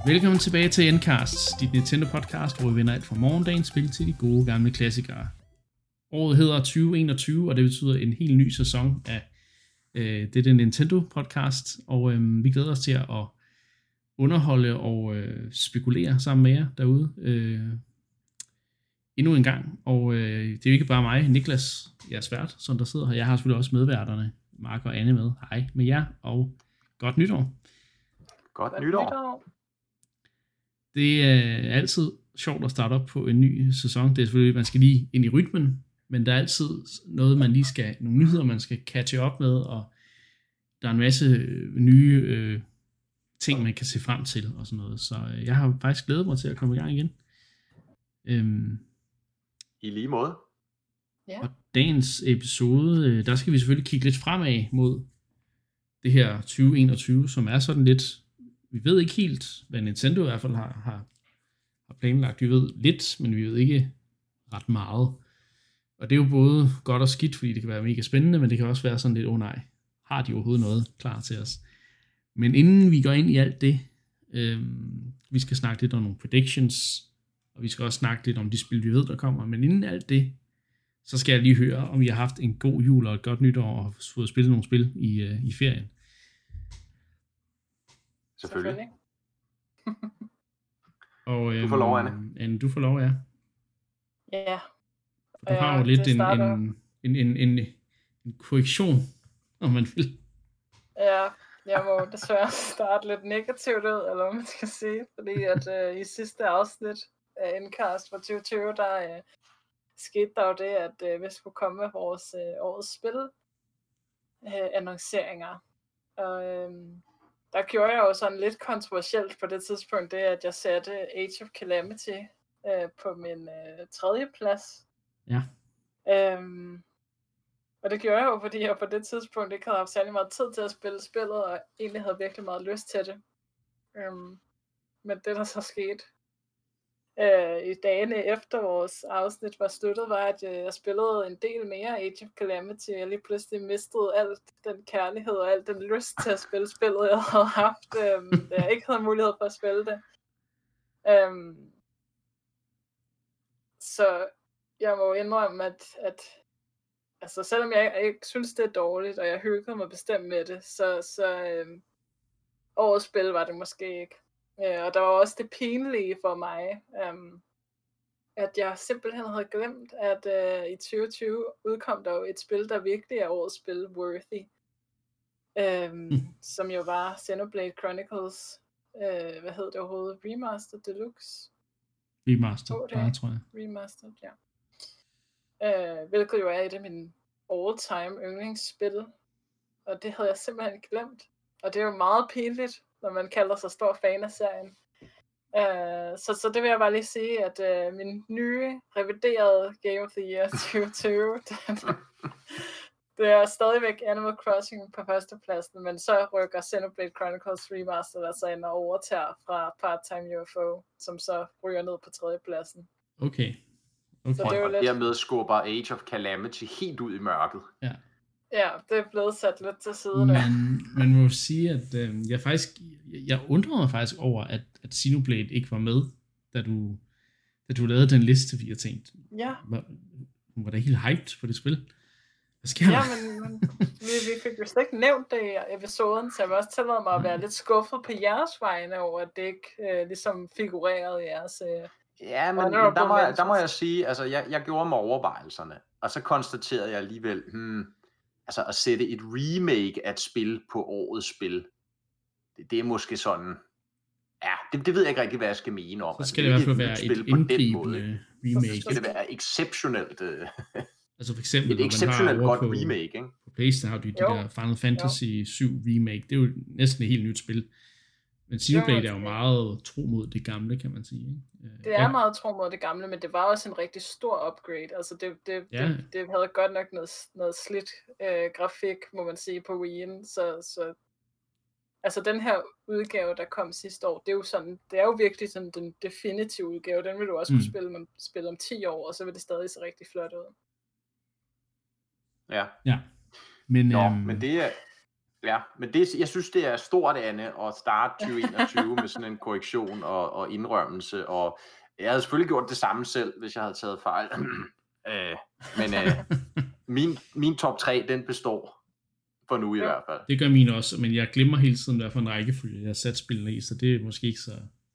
Velkommen tilbage til Endcasts, dit Nintendo podcast, hvor vi vender alt fra morgendagens spil til de gode gamle klassikere. Året hedder 2021, og det betyder en helt ny sæson af dette Nintendo podcast, og vi glæder os til at underholde og spekulere sammen med jer derude endnu en gang. Og det er jo ikke bare mig, Niklas, jeres vært, som der sidder her. Jeg har selvfølgelig også medværterne, Mark og Anne med. Hej med jer, og godt nytår. Godt nytår. Det er altid sjovt at starte op på en ny sæson. Det er selvfølgelig, man skal lige ind i rytmen, men der er altid noget, nogle nyheder, man skal catche op med, og der er en masse nye ting, man kan se frem til, og sådan noget. Så jeg har faktisk glædet mig til at komme i gang igen. I lige måde. Ja. Og dagens episode, der skal vi selvfølgelig kigge lidt fremad mod det her 2021, som er sådan lidt, vi ved ikke helt, hvad Nintendo i hvert fald har planlagt. Vi ved lidt, men vi ved ikke ret meget. Og det er jo både godt og skidt, fordi det kan være mega spændende, men det kan også være sådan lidt, nej, har de overhovedet noget klar til os? Men inden vi går ind i alt det, vi skal snakke lidt om nogle predictions, og vi skal også snakke lidt om de spil, vi ved, der kommer. Men inden alt det, så skal jeg lige høre, om I har haft en god jul og et godt nytår, og fået spillet nogle spil i ferien. Selvfølgelig. Og, du får lov, Anne. Anne, du får lov, ja. Ja. Du har jo lidt en korrektion, om man vil. Ja, jeg må desværre starte lidt negativt ud, eller hvad man skal sige, fordi at i sidste afsnit af Endcast for 2020, der skete der jo det, at vi skulle komme med vores årets spil annonceringer. Og der gjorde jeg jo sådan lidt kontroversielt på det tidspunkt, det at jeg satte Age of Calamity på min tredje plads. Ja. Og det gjorde jeg jo, fordi jeg på det tidspunkt ikke havde haft særlig meget tid til at spille spillet, og egentlig havde virkelig meget lyst til det. Men det der så skete i dagene efter vores afsnit var sluttet, var, at jeg spillede en del mere Age of Calamity, og jeg lige pludselig mistede alt den kærlighed og al den lyst til at spille spillet, jeg havde haft, da jeg ikke havde mulighed for at spille det. Så jeg må indrømme, at altså, selvom jeg ikke synes, det er dårligt, og jeg hyggede mig bestemt med det, så årets spil var det måske ikke. Og der var også det pinlige for mig, at jeg simpelthen havde glemt, at i 2020 udkom der jo et spil, der virkelig er årets spil, Worthy. Som jo var Xenoblade Chronicles, hvad hed det overhovedet? Remastered Deluxe? Remastered, tror jeg. Remastered, ja. Hvilket jo er et af mine all-time yndlingsspil. Og det havde jeg simpelthen glemt. Og det er jo meget pinligt, når man kalder sig stor fan af serien. Så det vil jeg bare lige sige, at min nye, reviderede Game of the Year 2020, det er stadigvæk Animal Crossing på førstepladsen, men så rykker Xenoblade Chronicles Remastered altså ind og overtager fra Part-Time UFO, som så ryger ned på tredjepladsen. Okay. Så det er jo lidt... dermed skubber Age of Calamity helt ud i mørket. Ja, det er blevet sat lidt til side nu. Man må sige, at jeg undrer mig faktisk over, at Xenoblade ikke var med, da du lavede den liste, vi har tænkt. Ja. Hun var da helt hyped på det spil. Hvad sker der? Ja, men vi fik jo slet ikke nævnt det i episoden, så jeg vil også tillade mig at være lidt skuffet på jeres vegne over, at det ikke ligesom figurerede i jeres... Ja, men der må jeg sige, altså jeg gjorde mig overvejelserne, og så konstaterede jeg alligevel, altså at sætte et remake af et spil på årets spil, det er måske sådan, ja, det ved jeg ikke rigtig, hvad jeg skal mene om. Så skal det i hvert fald være et indgribende remake. Så skal det være exceptionelt, altså for eksempel, et exceptionelt godt remake, ikke? På PlayStation har du de der Final Fantasy 7 remake, det er jo næsten et helt nyt spil. Men Xenoblade er jo meget tro mod det gamle, kan man sige. Ikke? Det er meget tro mod det gamle, men det var også en rigtig stor upgrade. Altså det havde godt nok noget slidt grafik, må man sige, på Wii'en. Så altså den her udgave, der kom sidste år, det er jo virkelig sådan den definitive udgave. Den vil du også kunne spille om 10 år, og så vil det stadig se rigtig flot ud. Ja. Men men det er... Ja, men jeg synes, det er stort, Anne, at starte 2021 med sådan en korrektion og indrømmelse, og jeg havde selvfølgelig gjort det samme selv, hvis jeg havde taget fejl. Men min top 3, den består for nu i hvert fald. Det gør min også, men jeg glemmer hele tiden, hvad for en rækkefølge jeg har sat spillene i, så det er måske ikke så...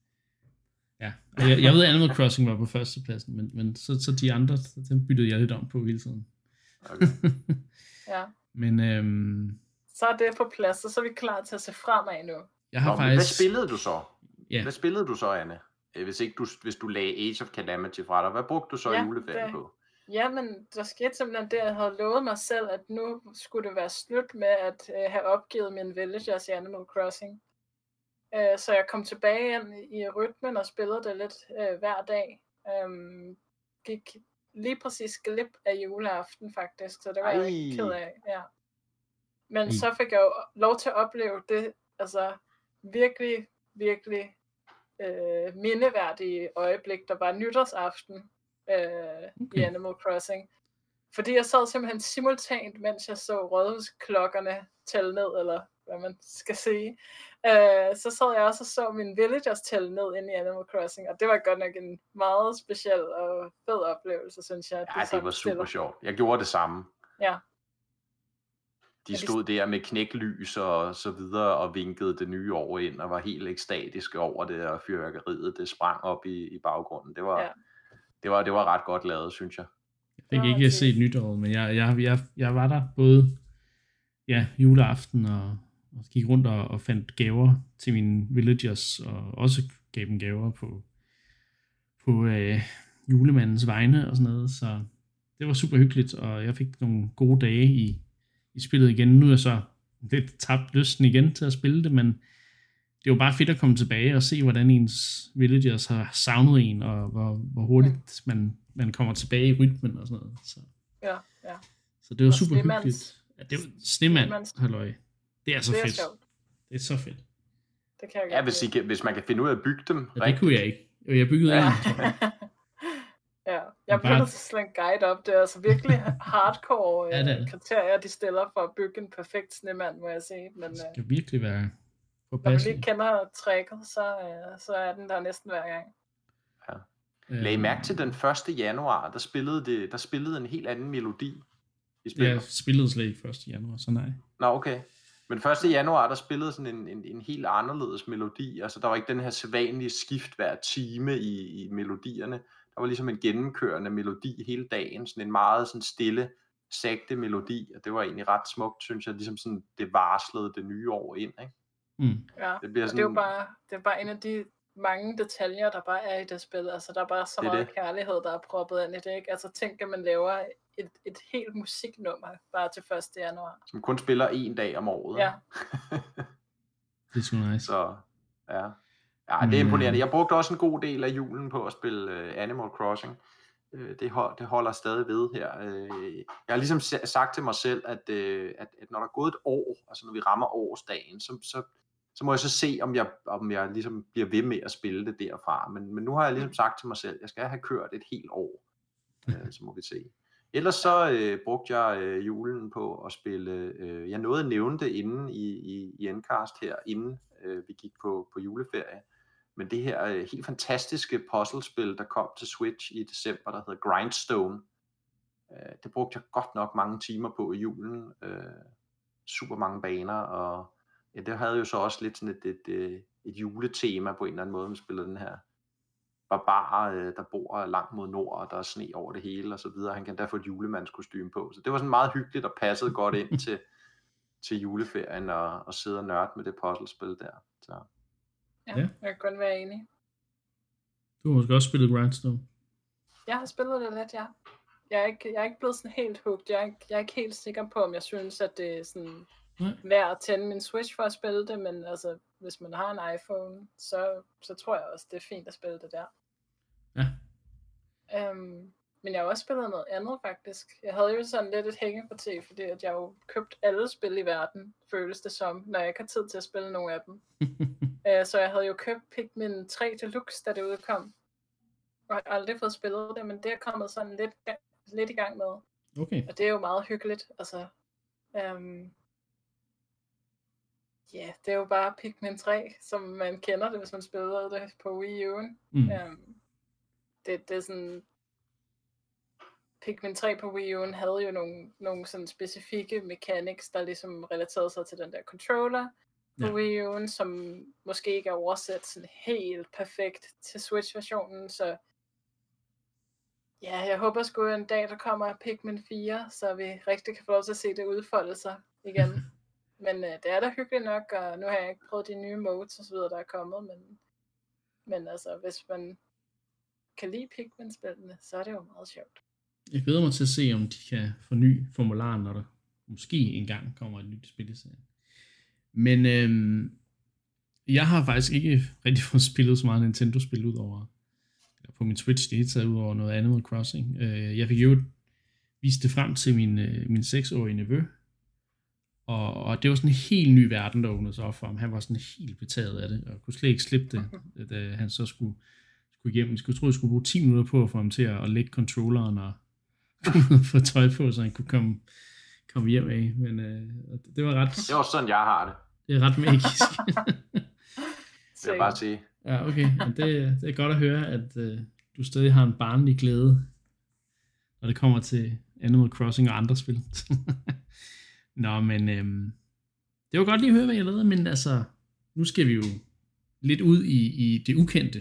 Ja, jeg ved, at Animal Crossing var på førstepladsen, men så de andre, dem byttede jeg lidt om på hele tiden. Okay. Ja. Men så er det på plads, og så er vi klar til at se fremad nu. Jeg har faktisk... Hvad spillede du så? Ja. Hvad spillede du så, Anne? Hvis du lagde Age of Calamity fra dig, hvad brugte du så juleferien på? Jamen, der skete simpelthen det, jeg havde lovet mig selv, at nu skulle det være slut med at have opgivet mine villagers i Animal Crossing. Så jeg kom tilbage ind i rytmen og spillede det lidt hver dag. Gik lige præcis glip af juleaften faktisk, så det var jeg ikke ked af. Ja. Men så fik jeg jo lov til at opleve det, altså virkelig, virkelig mindeværdige øjeblik, der var nytårsaften i Animal Crossing. Fordi jeg sad simpelthen simultant, mens jeg så rådhusklokkerne tælle ned, eller hvad man skal sige. Så sad jeg også og så mine villagers tælle ned inde i Animal Crossing, og det var godt nok en meget speciel og fed oplevelse, synes jeg. Ja, det var super sjovt. Jeg gjorde det samme. Ja. De stod der med knæklys og så videre og vinkede det nye år ind og var helt ekstatiske over det, og fyrværkeriet, det sprang op i baggrunden. Det var ret godt lavet, synes jeg. Jeg fik ikke set nytår, men jeg var der både juleaften og gik rundt og fandt gaver til mine villagers, og også gav dem gaver på julemandens vegne og sådan noget, så det var super hyggeligt, og jeg fik nogle gode dage i spillet igen. Nu er jeg så lidt tabt lysten igen til at spille det, men det er jo bare fedt at komme tilbage og se, hvordan ens villagers har savnet en, og hvor hurtigt man kommer tilbage i rytmen og sådan noget. Så, så det var super hyggeligt. Ja, det var Snemand, halløj. Det er så fedt. Sjovt. Det er så fedt. Det kan jeg godt hvis man kan finde ud af at bygge dem. Ja, det kunne jeg ikke. Jeg byggede en. Ja, jeg prøvede at slå en guide op. Det er altså virkelig hardcore kriterier, de stiller for at bygge en perfekt snemand, må jeg sige. Men, det skal virkelig være på når man lige kender tricket, så er den der næsten hver gang. Ja. Lag I mærke til den 1. januar, der spillede en helt anden melodi i spillet. Jeg spillede slet ikke 1. januar, så nej. Nå, okay. Men 1. januar, der spillede sådan en helt anderledes melodi. Altså, der var ikke den her sædvanlige skift hver time i melodierne. Der var ligesom en gennemkørende melodi hele dagen. Sådan en meget sådan stille, sagte melodi. Og det var egentlig ret smukt, synes jeg. Ligesom sådan, det varslede det nye år ind, ikke? Ja, det bliver sådan... det er bare en af de mange detaljer, der bare er i det spil. Altså, der er bare så meget kærlighed, der er proppet ind i det, ikke? Altså, tænk, at man laver et helt musiknummer bare til 1. januar. Som kun spiller 1 dag om året. Ja. Det er så nice. Så, ja, det er imponerende. Jeg brugte også en god del af julen på at spille Animal Crossing. Det holder stadig ved her. Jeg har ligesom sagt til mig selv, at når der er gået et år, altså når vi rammer årsdagen, så må jeg så se, om jeg ligesom bliver ved med at spille det derfra. Men nu har jeg ligesom sagt til mig selv, at jeg skal have kørt et helt år. Så må vi se. Ellers så brugte jeg julen på at spille, jeg nåede at nævne det inden i Endcast her, inden vi gik på juleferie. Men det her helt fantastiske puzzlespil, der kom til Switch i december, der hedder Grindstone, det brugte jeg godt nok mange timer på i julen. Super mange baner, og ja, det havde jo så også lidt sådan et juletema på en eller anden måde, man spillede den her barbar, der bor langt mod nord, og der er sne over det hele og så videre. Han kan derfor få et julemandskostyme på. Så det var sådan meget hyggeligt og passede godt ind til juleferien og sidde og nørde med det puzzlespil der. Så. Ja, jeg kan godt være enig. Du har måske også spillet Grindstone. Jeg har spillet det lidt, ja. Jeg er ikke blevet sådan helt hooked. Jeg er ikke helt sikker på, om jeg synes, at det er sådan værd at tænde min Switch for at spille det, men altså, hvis man har en iPhone, så tror jeg også, det er fint at spille det der. Ja. Men jeg har også spillet noget andet, faktisk. Jeg havde jo sådan lidt et hængeparti, fordi at jeg jo købt alle spil i verden, føles det som, når jeg ikke har tid til at spille nogle af dem. Så jeg havde jo købt Pikmin 3 Deluxe, da det udkom. Og jeg har aldrig fået spillet det, men det er kommet sådan lidt i gang med. Okay. Og det er jo meget hyggeligt. Altså, Ja, det er jo bare Pikmin 3, som man kender det, hvis man spillede det på Wii U'en. Det er sådan... Pikmin 3 på Wii U'en havde jo nogle sådan specifikke mechanics, der ligesom relaterede sig til den der controller på Wii U'en, som måske ikke er oversat sådan helt perfekt til Switch-versionen, så ja, jeg håber sgu en dag, der kommer Pikmin 4, så vi rigtig kan få lov til at se det udfolde sig igen. Men det er da hyggeligt nok, og nu har jeg ikke prøvet de nye modes og så videre, der er kommet, men altså, hvis man kan lide Pikmin-spillene, så er det jo meget sjovt. Jeg glæder mig til at se, om de kan forny formularen, når der måske engang kommer et nyt spil i serien. Men jeg har faktisk ikke rigtig fået spillet så meget Nintendo-spil udover på min Switch, det er taget ud over noget Animal Crossing. Jeg fik jo vist det frem til min 6-årige nevø, og det var sådan en helt ny verden, der åbnede sig op for ham. Han var sådan helt betaget af det, og kunne slet ikke slippe det, da han så skulle hjem. Jeg skulle bruge 10 minutter på at få ham til at lægge controlleren og få tøj på, så han kunne komme hjem af. Men det var ret... Det er også sådan, jeg har det. Det er ret magisk. Det vil jeg bare sige. Ja, okay. Men det er godt at høre, at du stadig har en barnlig glæde, når det kommer til Animal Crossing og andre spil. Nå, men det var godt lige at høre, hvad jeg lavede, men altså, nu skal vi jo lidt ud i det ukendte.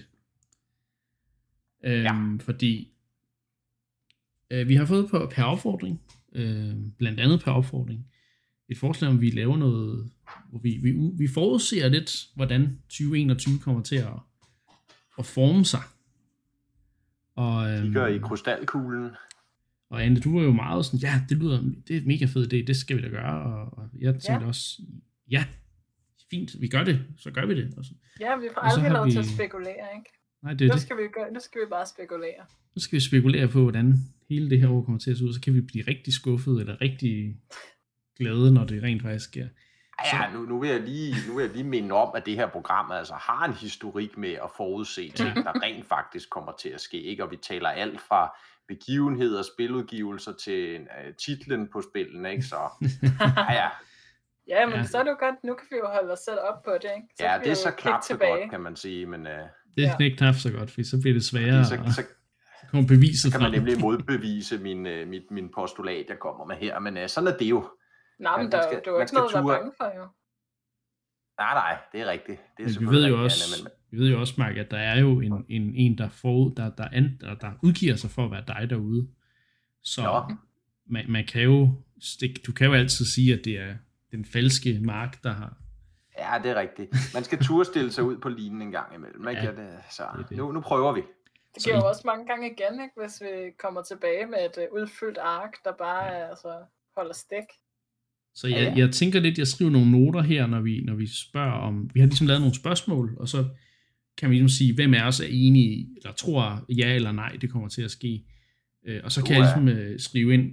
Fordi vi har fået per opfordring, blandt andet per opfordring, et forslag om, vi laver noget, hvor vi forudser lidt, hvordan 2021 kommer til at forme sig. Og, vi gør i krystalkuglen. Og Anne, du var jo meget sådan, ja, det er et mega fed idé, det skal vi da gøre, og jeg tænkte også, ja, fint, vi gør det, så gør vi det. Og så, ja, vi får aldrig lov til at spekulere, ikke? Nej, det er nu skal vi bare spekulere. Nu skal vi spekulere på, hvordan hele det her år kommer til at se ud, så kan vi blive rigtig skuffet, eller rigtig glade, når det rent faktisk sker. Ja, nu vil jeg lige minde om, at det her program altså har en historik med at forudse ting, der rent faktisk kommer til at ske, ikke? Og vi taler alt fra begivenheder, spiludgivelser til titlen på spillene, ikke? Så ja. Ja, men så er det jo godt, nu kan vi jo holde os selv op på det, ikke? Så ja, det er så knap så godt, kan man sige, men... det er ikke knap så godt, for så bliver det sværere, så kommer beviset frem. Så kan man nemlig modbevise min postulat, jeg kommer med her, men sådan er det jo. Nej, men du er ikke noget, der er bange for, jo. Nej, det er rigtigt. Det er vi ved jo også, Mark, at der er jo en der udgiver sig for at være dig derude. Så man kan jo du kan jo altid sige, at det er den falske Mark, der har... Ja, det er rigtigt. Man skal turde stille sig ud på linen en gang imellem. Ikke? Det. Nu prøver vi. Det giver jo også mange gange igen, ikke? Hvis vi kommer tilbage med et udfyldt ark, der bare holder stik. Så jeg tænker lidt, jeg skriver nogle noter her, når vi spørger om... Vi har ligesom lavet nogle spørgsmål, og så kan vi ligesom sige, hvem af os er enige, eller tror ja eller nej, det kommer til at ske. Og så kan jeg ligesom skrive ind,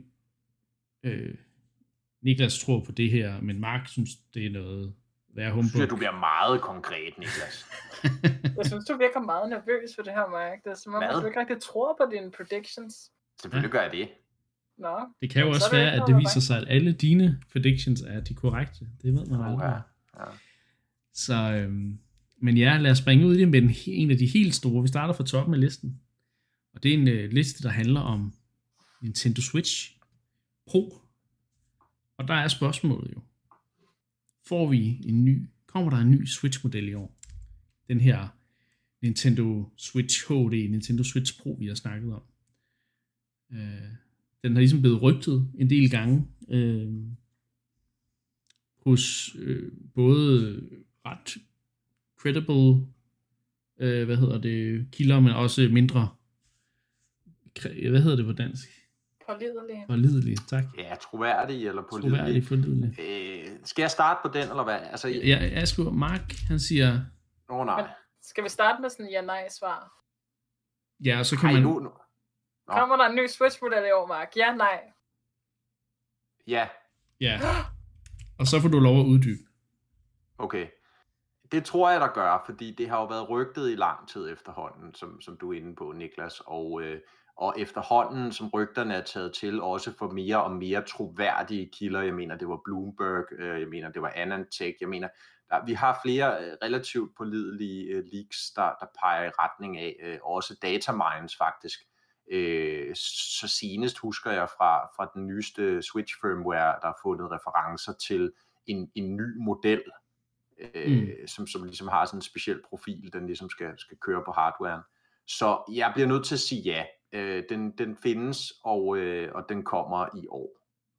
Niklas tror på det her, men Mark synes, det er noget værd humbug. Jeg synes, du bliver meget konkret, Niklas. Jeg synes, du virker meget nervøs for det her, Mark. Det er som om, at du ikke rigtig tror på dine predictions. Selvfølgelig gør jeg det. Nå, det kan jo også være, at det viser sig, at alle dine predictions er de korrekte. Det ved man aldrig. Ja. Så, men ja, lad os springe ud i det med en af de helt store. Vi starter fra toppen af listen. Og det er en liste, der handler om Nintendo Switch Pro. Og der er spørgsmålet jo. Kommer der en ny Switch-model i år? Den her Nintendo Switch HD, Nintendo Switch Pro, vi har snakket om. Den har ligesom blevet rygtet en del gange hos både ret credible kilder, men også mindre hvad hedder det på dansk? Pålidelige, tak. Ja, troværdige eller pålidelige. Skal jeg starte på den, eller hvad? Altså, jeg skriver, Mark, han siger... nej. Men skal vi starte med sådan en ja-nej-svar? Ja, så kan man... Nu. Kommer der en ny Switch-model i år, Mark? Ja, nej. Ja. Og så får du lov at uddybe. Okay. Det tror jeg, der gør, fordi det har jo været rygtet i lang tid efterhånden, som du er inde på, Niklas, og efterhånden, som rygterne er taget til, også for mere og mere troværdige kilder, jeg mener, det var Bloomberg, jeg mener, det var Anantech, jeg mener, vi har flere relativt pålidelige leaks, der peger i retning af, også datamines faktisk. Så senest husker jeg fra den nyeste Switch firmware, der har fundet referencer til en ny model, som ligesom har sådan en speciel profil, den ligesom skal køre på hardwaren. Så jeg bliver nødt til at sige ja. Den findes, og den kommer i år.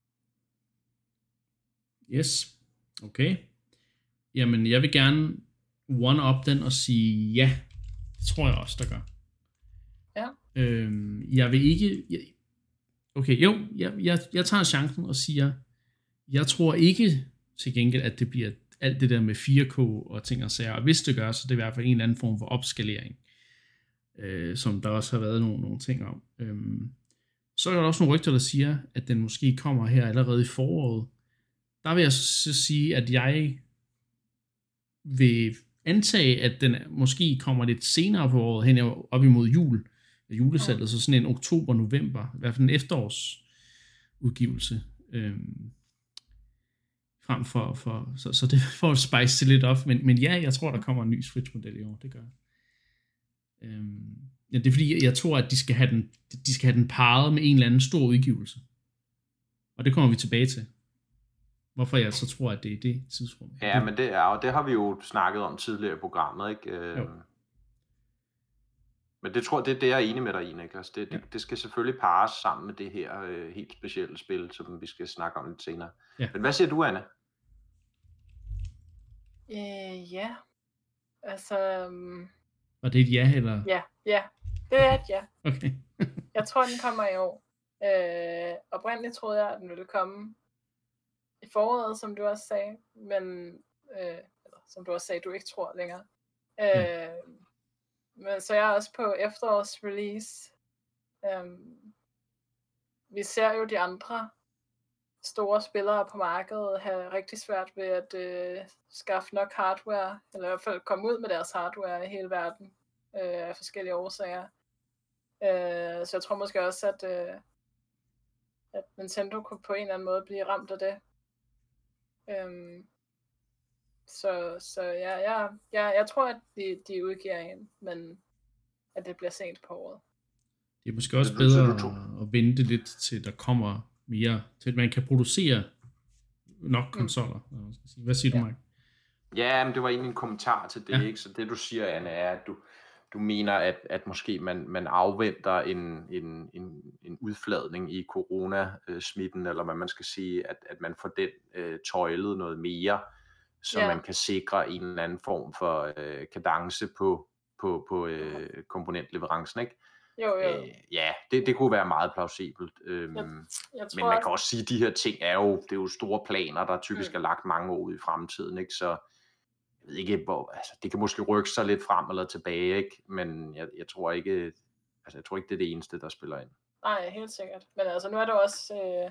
Yes, okay. Jamen, jeg vil gerne one-up den og sige ja. Det tror jeg også, der gør. Ja. Jeg vil ikke... Okay, jo, jeg tager chancen og siger, jeg tror ikke til gengæld, at det bliver alt det der med 4K og ting og sager. Og hvis det gør, så det er i hvert fald en eller anden form for opskalering, som der også har været nogle ting om. Så er der også nogle rygter, der siger, at den måske kommer her allerede i foråret. Der vil jeg så sige, at jeg vil antage, at den måske kommer lidt senere på året, hen op imod julesalget, så sådan en oktober-november, i hvert fald en efterårsudgivelse. Frem for så det får at spice det lidt op, men ja, jeg tror, der kommer en ny Switch-model i år, det gør jeg. Ja, det er fordi, jeg tror, at de skal have den parret med en eller anden stor udgivelse. Og det kommer vi tilbage til. Hvorfor jeg så tror, at det er det tidsrum. Ja, men det har vi jo snakket om tidligere i programmet, ikke? Men det tror jeg, det er jeg enig med dig i, Niklas. Det skal selvfølgelig parres sammen med det her helt specielle spil, som vi skal snakke om lidt senere. Ja. Men hvad siger du, Anne? Ja, altså... Var det et ja, eller? Ja, det er et ja. Okay. Jeg tror, den kommer i år. Oprindeligt troede jeg, at den ville komme i foråret, som du også sagde, men eller, som du også sagde, du ikke tror længere. Men så jeg er også på efterårs release. Vi ser jo de andre store spillere på markedet have rigtig svært ved at skaffe nok hardware, eller i hvert fald komme ud med deres hardware i hele verden af forskellige årsager. Så jeg tror måske også, at Nintendo kunne på en eller anden måde blive ramt af det. Så jeg tror, at de udgiver en, men at det bliver sent på året. Det er måske også bedre at vente lidt til der kommer mere, til at man kan producere nok konsoller. Hvad siger du, Mike? Ja, men det var egentlig en kommentar til det, ikke? Så det du siger, Anne, er, at du mener, at måske man afventer en udfladning i coronasmitten, eller hvad man skal sige, at man får den tøjlet noget mere, så man kan sikre en eller anden form for kadence på komponentleverancen, ikke? Jo. Ja, det kunne være meget plausibelt. Men man kan også sige, at de her ting det er jo store planer, der typisk er lagt mange år ud i fremtiden, ikke? Så jeg ved ikke, det kan måske rykke sig lidt frem eller tilbage, ikke? Men jeg tror ikke, det er det eneste, der spiller ind. Nej, helt sikkert. Men altså, nu er der også,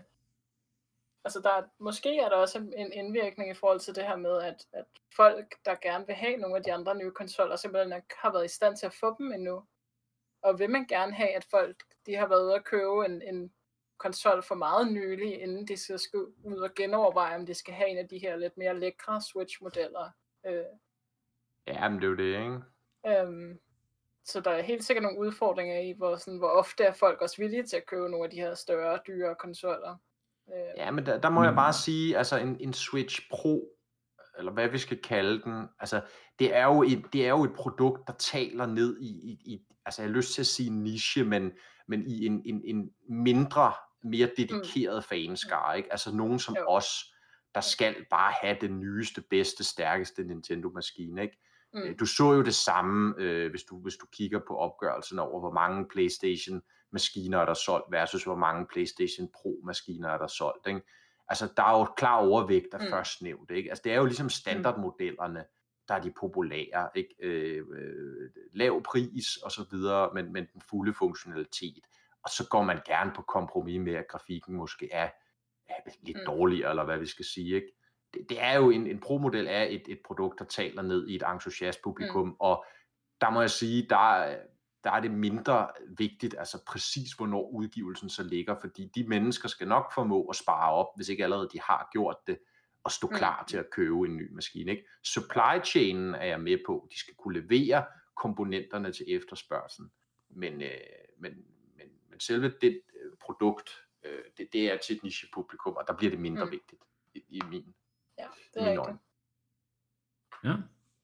måske er der også en indvirkning i forhold til det her med, at folk, der gerne vil have nogle af de andre nye konsoller, simpelthen ikke har været i stand til at få dem endnu. Og vil man gerne have, at folk de har været ude at købe en konsol for meget nylig, inden de skal ud og genoverveje, om de skal have en af de her lidt mere lækre Switch-modeller. Ja, men det er jo det, ikke? Så der er helt sikkert nogle udfordringer i, hvor ofte er folk også villige til at købe nogle af de her større, dyre konsoller. Ja, men der må jeg bare sige, altså en Switch Pro, eller hvad vi skal kalde den, altså det er jo et produkt, der taler ned i altså jeg har lyst til at sige niche, men i en mindre, mere dedikeret fanskare, ikke? Altså nogen som os, der skal bare have den nyeste, bedste, stærkeste Nintendo-maskine, ikke? Du så jo det samme, hvis du kigger på opgørelsen over, hvor mange PlayStation-maskiner er der solgt, versus hvor mange PlayStation Pro-maskiner er der solgt, ikke? Altså, der er jo klar overvægt af først nævnt, ikke? Altså, det er jo ligesom standardmodellerne, der er de populære, ikke? Lav pris og så videre, men den fulde funktionalitet. Og så går man gerne på kompromis med, at grafikken måske er lidt dårligere, eller hvad vi skal sige, ikke? Det er jo en Pro-model er et produkt, der taler ned i et entusiast publikum, og der må jeg sige, der er det mindre vigtigt, altså præcis hvornår udgivelsen så ligger, fordi de mennesker skal nok formå at spare op, hvis ikke allerede de har gjort det, og stå klar til at købe en ny maskine. Ikke? Supply chainen er jeg med på. De skal kunne levere komponenterne til efterspørgselen. Men selve det produkt, det er til et nichepublikum, og der bliver det mindre vigtigt i min øjne. Ja.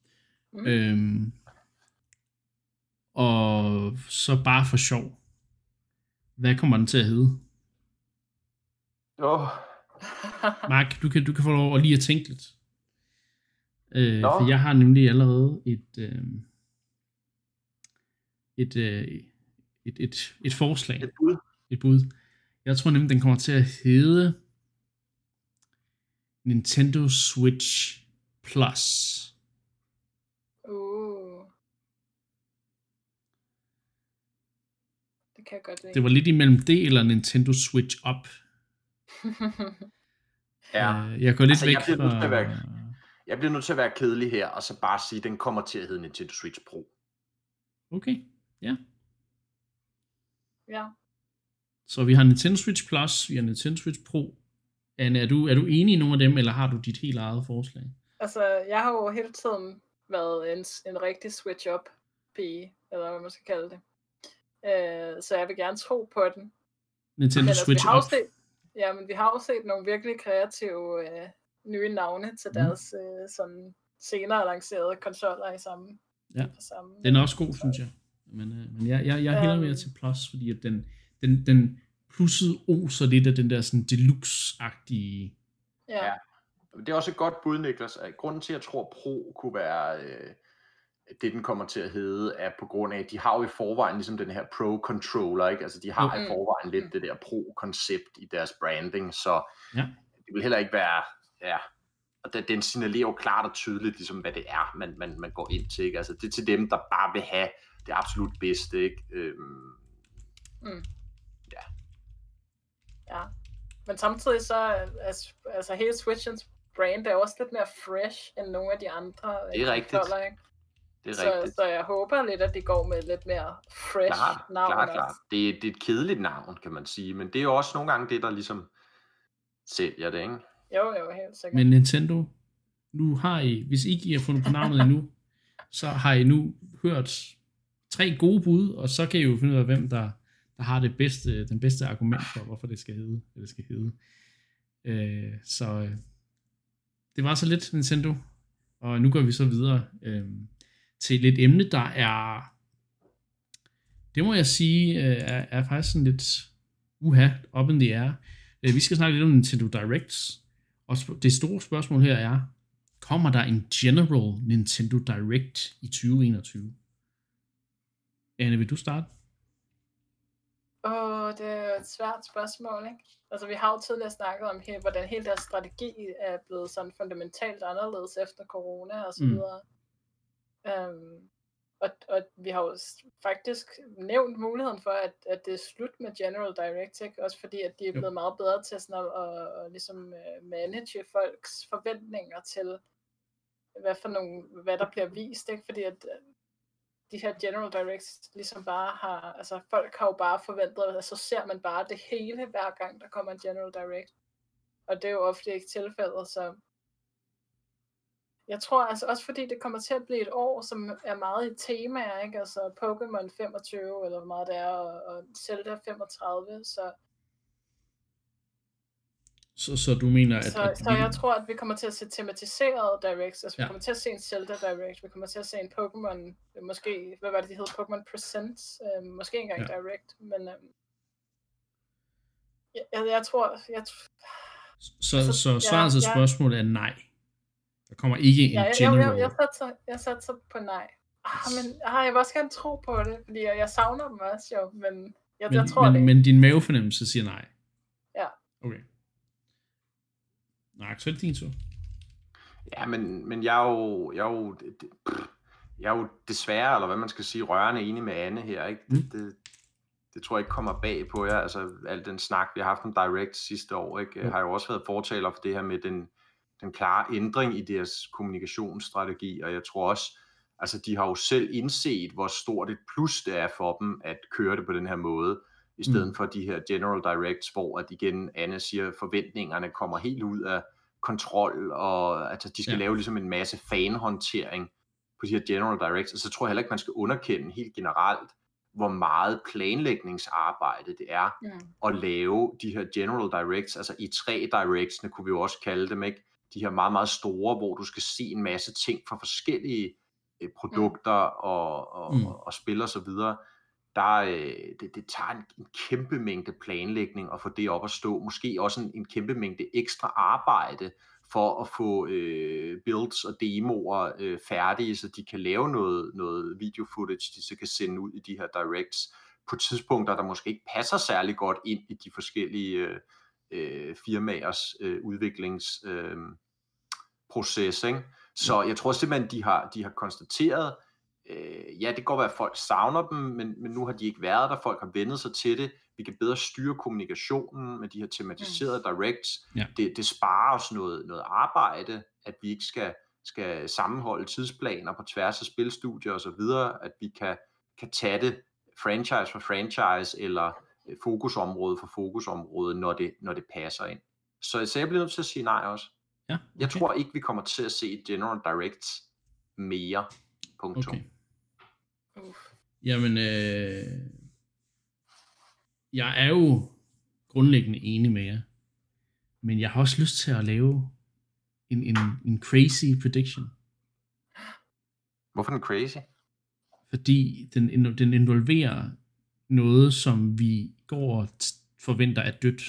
Og så bare for sjov. Hvad kommer den til at hedde? Mark, du kan få lov at lige at tænke lidt. For jeg har nemlig allerede et forslag. Et bud. Jeg tror nemlig, den kommer til at hedde Nintendo Switch Plus. Det kan jeg godt lide. Det var lidt imellem det eller Nintendo Switch Up. Jeg går lidt væk fra... Jeg bliver nødt til at være kedelig her, og så bare sige, at den kommer til at hedde Nintendo Switch Pro. Okay, ja. Ja. Så vi har Nintendo Switch Plus, vi har Nintendo Switch Pro. Anne, er du enig i nogle af dem, eller har du dit helt eget forslag? Altså, jeg har jo hele tiden været en rigtig Switch Up pige, eller hvad man skal kalde det. Så jeg vil gerne tro på den. Nintendo Switch Up. Men vi har jo set nogle virkelig kreative nye navne til deres sådan senere lancerede konsoller i samme. Ja, den er også god, synes jeg. Men jeg hælder mere til Plus, fordi at den plusset oser lidt af den der sådan deluxe-agtige... Ja. Det er også et godt bud, Niklas. Grunden til, at jeg tror Pro kunne være det, den kommer til at hedde, er på grund af, at de har jo i forvejen ligesom den her Pro-controller, ikke? Altså de har i forvejen lidt det der Pro-koncept i deres branding, så det vil heller ikke være... Ja, og den signalerer jo klart og tydeligt, ligesom, hvad det er, man går ind til. Ikke? Altså, det er til dem, der bare vil have det absolut bedste. Ikke? Ja. Men samtidig så, altså hele Switchens brand er også lidt mere fresh, end nogle af de andre. Det er rigtigt. Så jeg håber lidt, at de går med lidt mere fresh navn. Klart. Det er et kedeligt navn, kan man sige, men det er jo også nogle gange det, der ligesom sælger det, ikke? Jo, helt sikkert. Men Nintendo, nu har I, hvis ikke I har fundet på navnet endnu, så har I nu hørt 3 gode bud, og så kan I jo finde ud af, hvem der har den bedste argument for, hvorfor det skal hedde. Så det var så lidt Nintendo, og nu går vi så videre til lidt emne, der er, det må jeg sige, er faktisk sådan lidt up in the air. Vi skal snakke lidt om Nintendo Directs, og det store spørgsmål her er, kommer der en General Nintendo Direct i 2021? Anne, vil du starte? Det er et svært spørgsmål, ikke? Altså, vi har jo tidligere snakket om, hvordan hele deres strategi er blevet sådan fundamentalt anderledes efter corona og så videre. Og vi har jo faktisk nævnt muligheden for, at det er slut med General Direct, ikke? Også fordi, at de er blevet meget bedre til sådan at ligesom manage folks forventninger til, hvad der bliver vist, ikke? Fordi at de her General Directs ligesom bare har, altså folk har jo bare forventet, at så ser man bare det hele hver gang, der kommer en General Direct. Og det er jo ofte ikke tilfældet, så jeg tror altså også fordi det kommer til at blive et år, som er meget i temaer, ikke? Altså Pokémon 25, eller hvor meget det er, og Zelda 35, Så du mener, at... Så jeg tror, at vi kommer til at se tematiserede directs, altså vi kommer til at se en Zelda Direct, vi kommer til at se en Pokémon, måske, hvad var det, de hed? Pokémon Presents, måske engang Direct, men jeg tror... Så svaret til spørgsmålet er nej. Der kommer ikke en General. Jeg satser på nej. Men jeg vil også gerne tro på det, fordi jeg savner dem også jo, men jeg tror det. Men din mavefornemmelse siger nej? Ja. Okay. Nej, så er det din tur. Ja, men jeg er jo desværre, eller hvad man skal sige, rørende enig med Anne her, ikke? Det tror jeg ikke kommer bag på jer. Altså al den snak, vi har haft om Direct sidste år, ikke, har jo også været fortaler for det her med den klare ændring i deres kommunikationsstrategi, og jeg tror også, altså de har jo selv indset, hvor stort et plus det er for dem at køre det på den her måde, i stedet for de her General Directs, hvor at igen, Anne siger, forventningerne kommer helt ud af kontrol, og altså, de skal lave ligesom en masse fanhåndtering på de her General Directs, og så tror jeg heller ikke, man skal underkende helt generelt, hvor meget planlægningsarbejde det er at lave de her General Directs, altså E3 Directs, kunne vi jo også kalde dem, ikke? De her meget, meget store, hvor du skal se en masse ting fra forskellige produkter og spil og så videre. Det tager en kæmpe mængde planlægning at få det op at stå. Måske også en kæmpe mængde ekstra arbejde for at få builds og demoer færdige, så de kan lave noget video footage, de så kan sende ud i de her directs på tidspunkter, der måske ikke passer særlig godt ind i de forskellige firmaers udviklingsproces. Ikke? Så jeg tror simpelthen, de har konstateret, ja, det kan godt være, at folk savner dem, men nu har de ikke været der. Folk har vendet sig til det. Vi kan bedre styre kommunikationen med de her tematiserede directs. Ja. Det sparer os noget arbejde, at vi ikke skal sammenholde tidsplaner på tværs af spilstudier og så videre, at vi kan tage det franchise for franchise, eller fokusområde for fokusområde, når det passer ind. Så jeg bliver nødt til at sige nej også. Ja, okay. Jeg tror ikke, vi kommer til at se General Directs mere. Punktum. Okay. Jamen, jeg er jo grundlæggende enig med jer, men jeg har også lyst til at lave en crazy prediction. Hvorfor en crazy? Fordi den involverer noget, som vi går og forventer er dødt.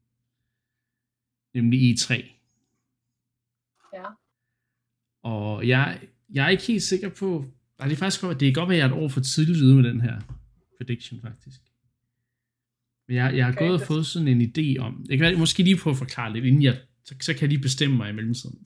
Nemlig E3. Ja. Og jeg er ikke helt sikker på, det er faktisk godt, det er godt, at jeg er et år for tidligt ude med den her prediction, faktisk. Men jeg har gået og fået sådan en idé om, jeg kan måske lige prøve at forklare lidt, inden så kan jeg lige bestemme mig i mellemtiden.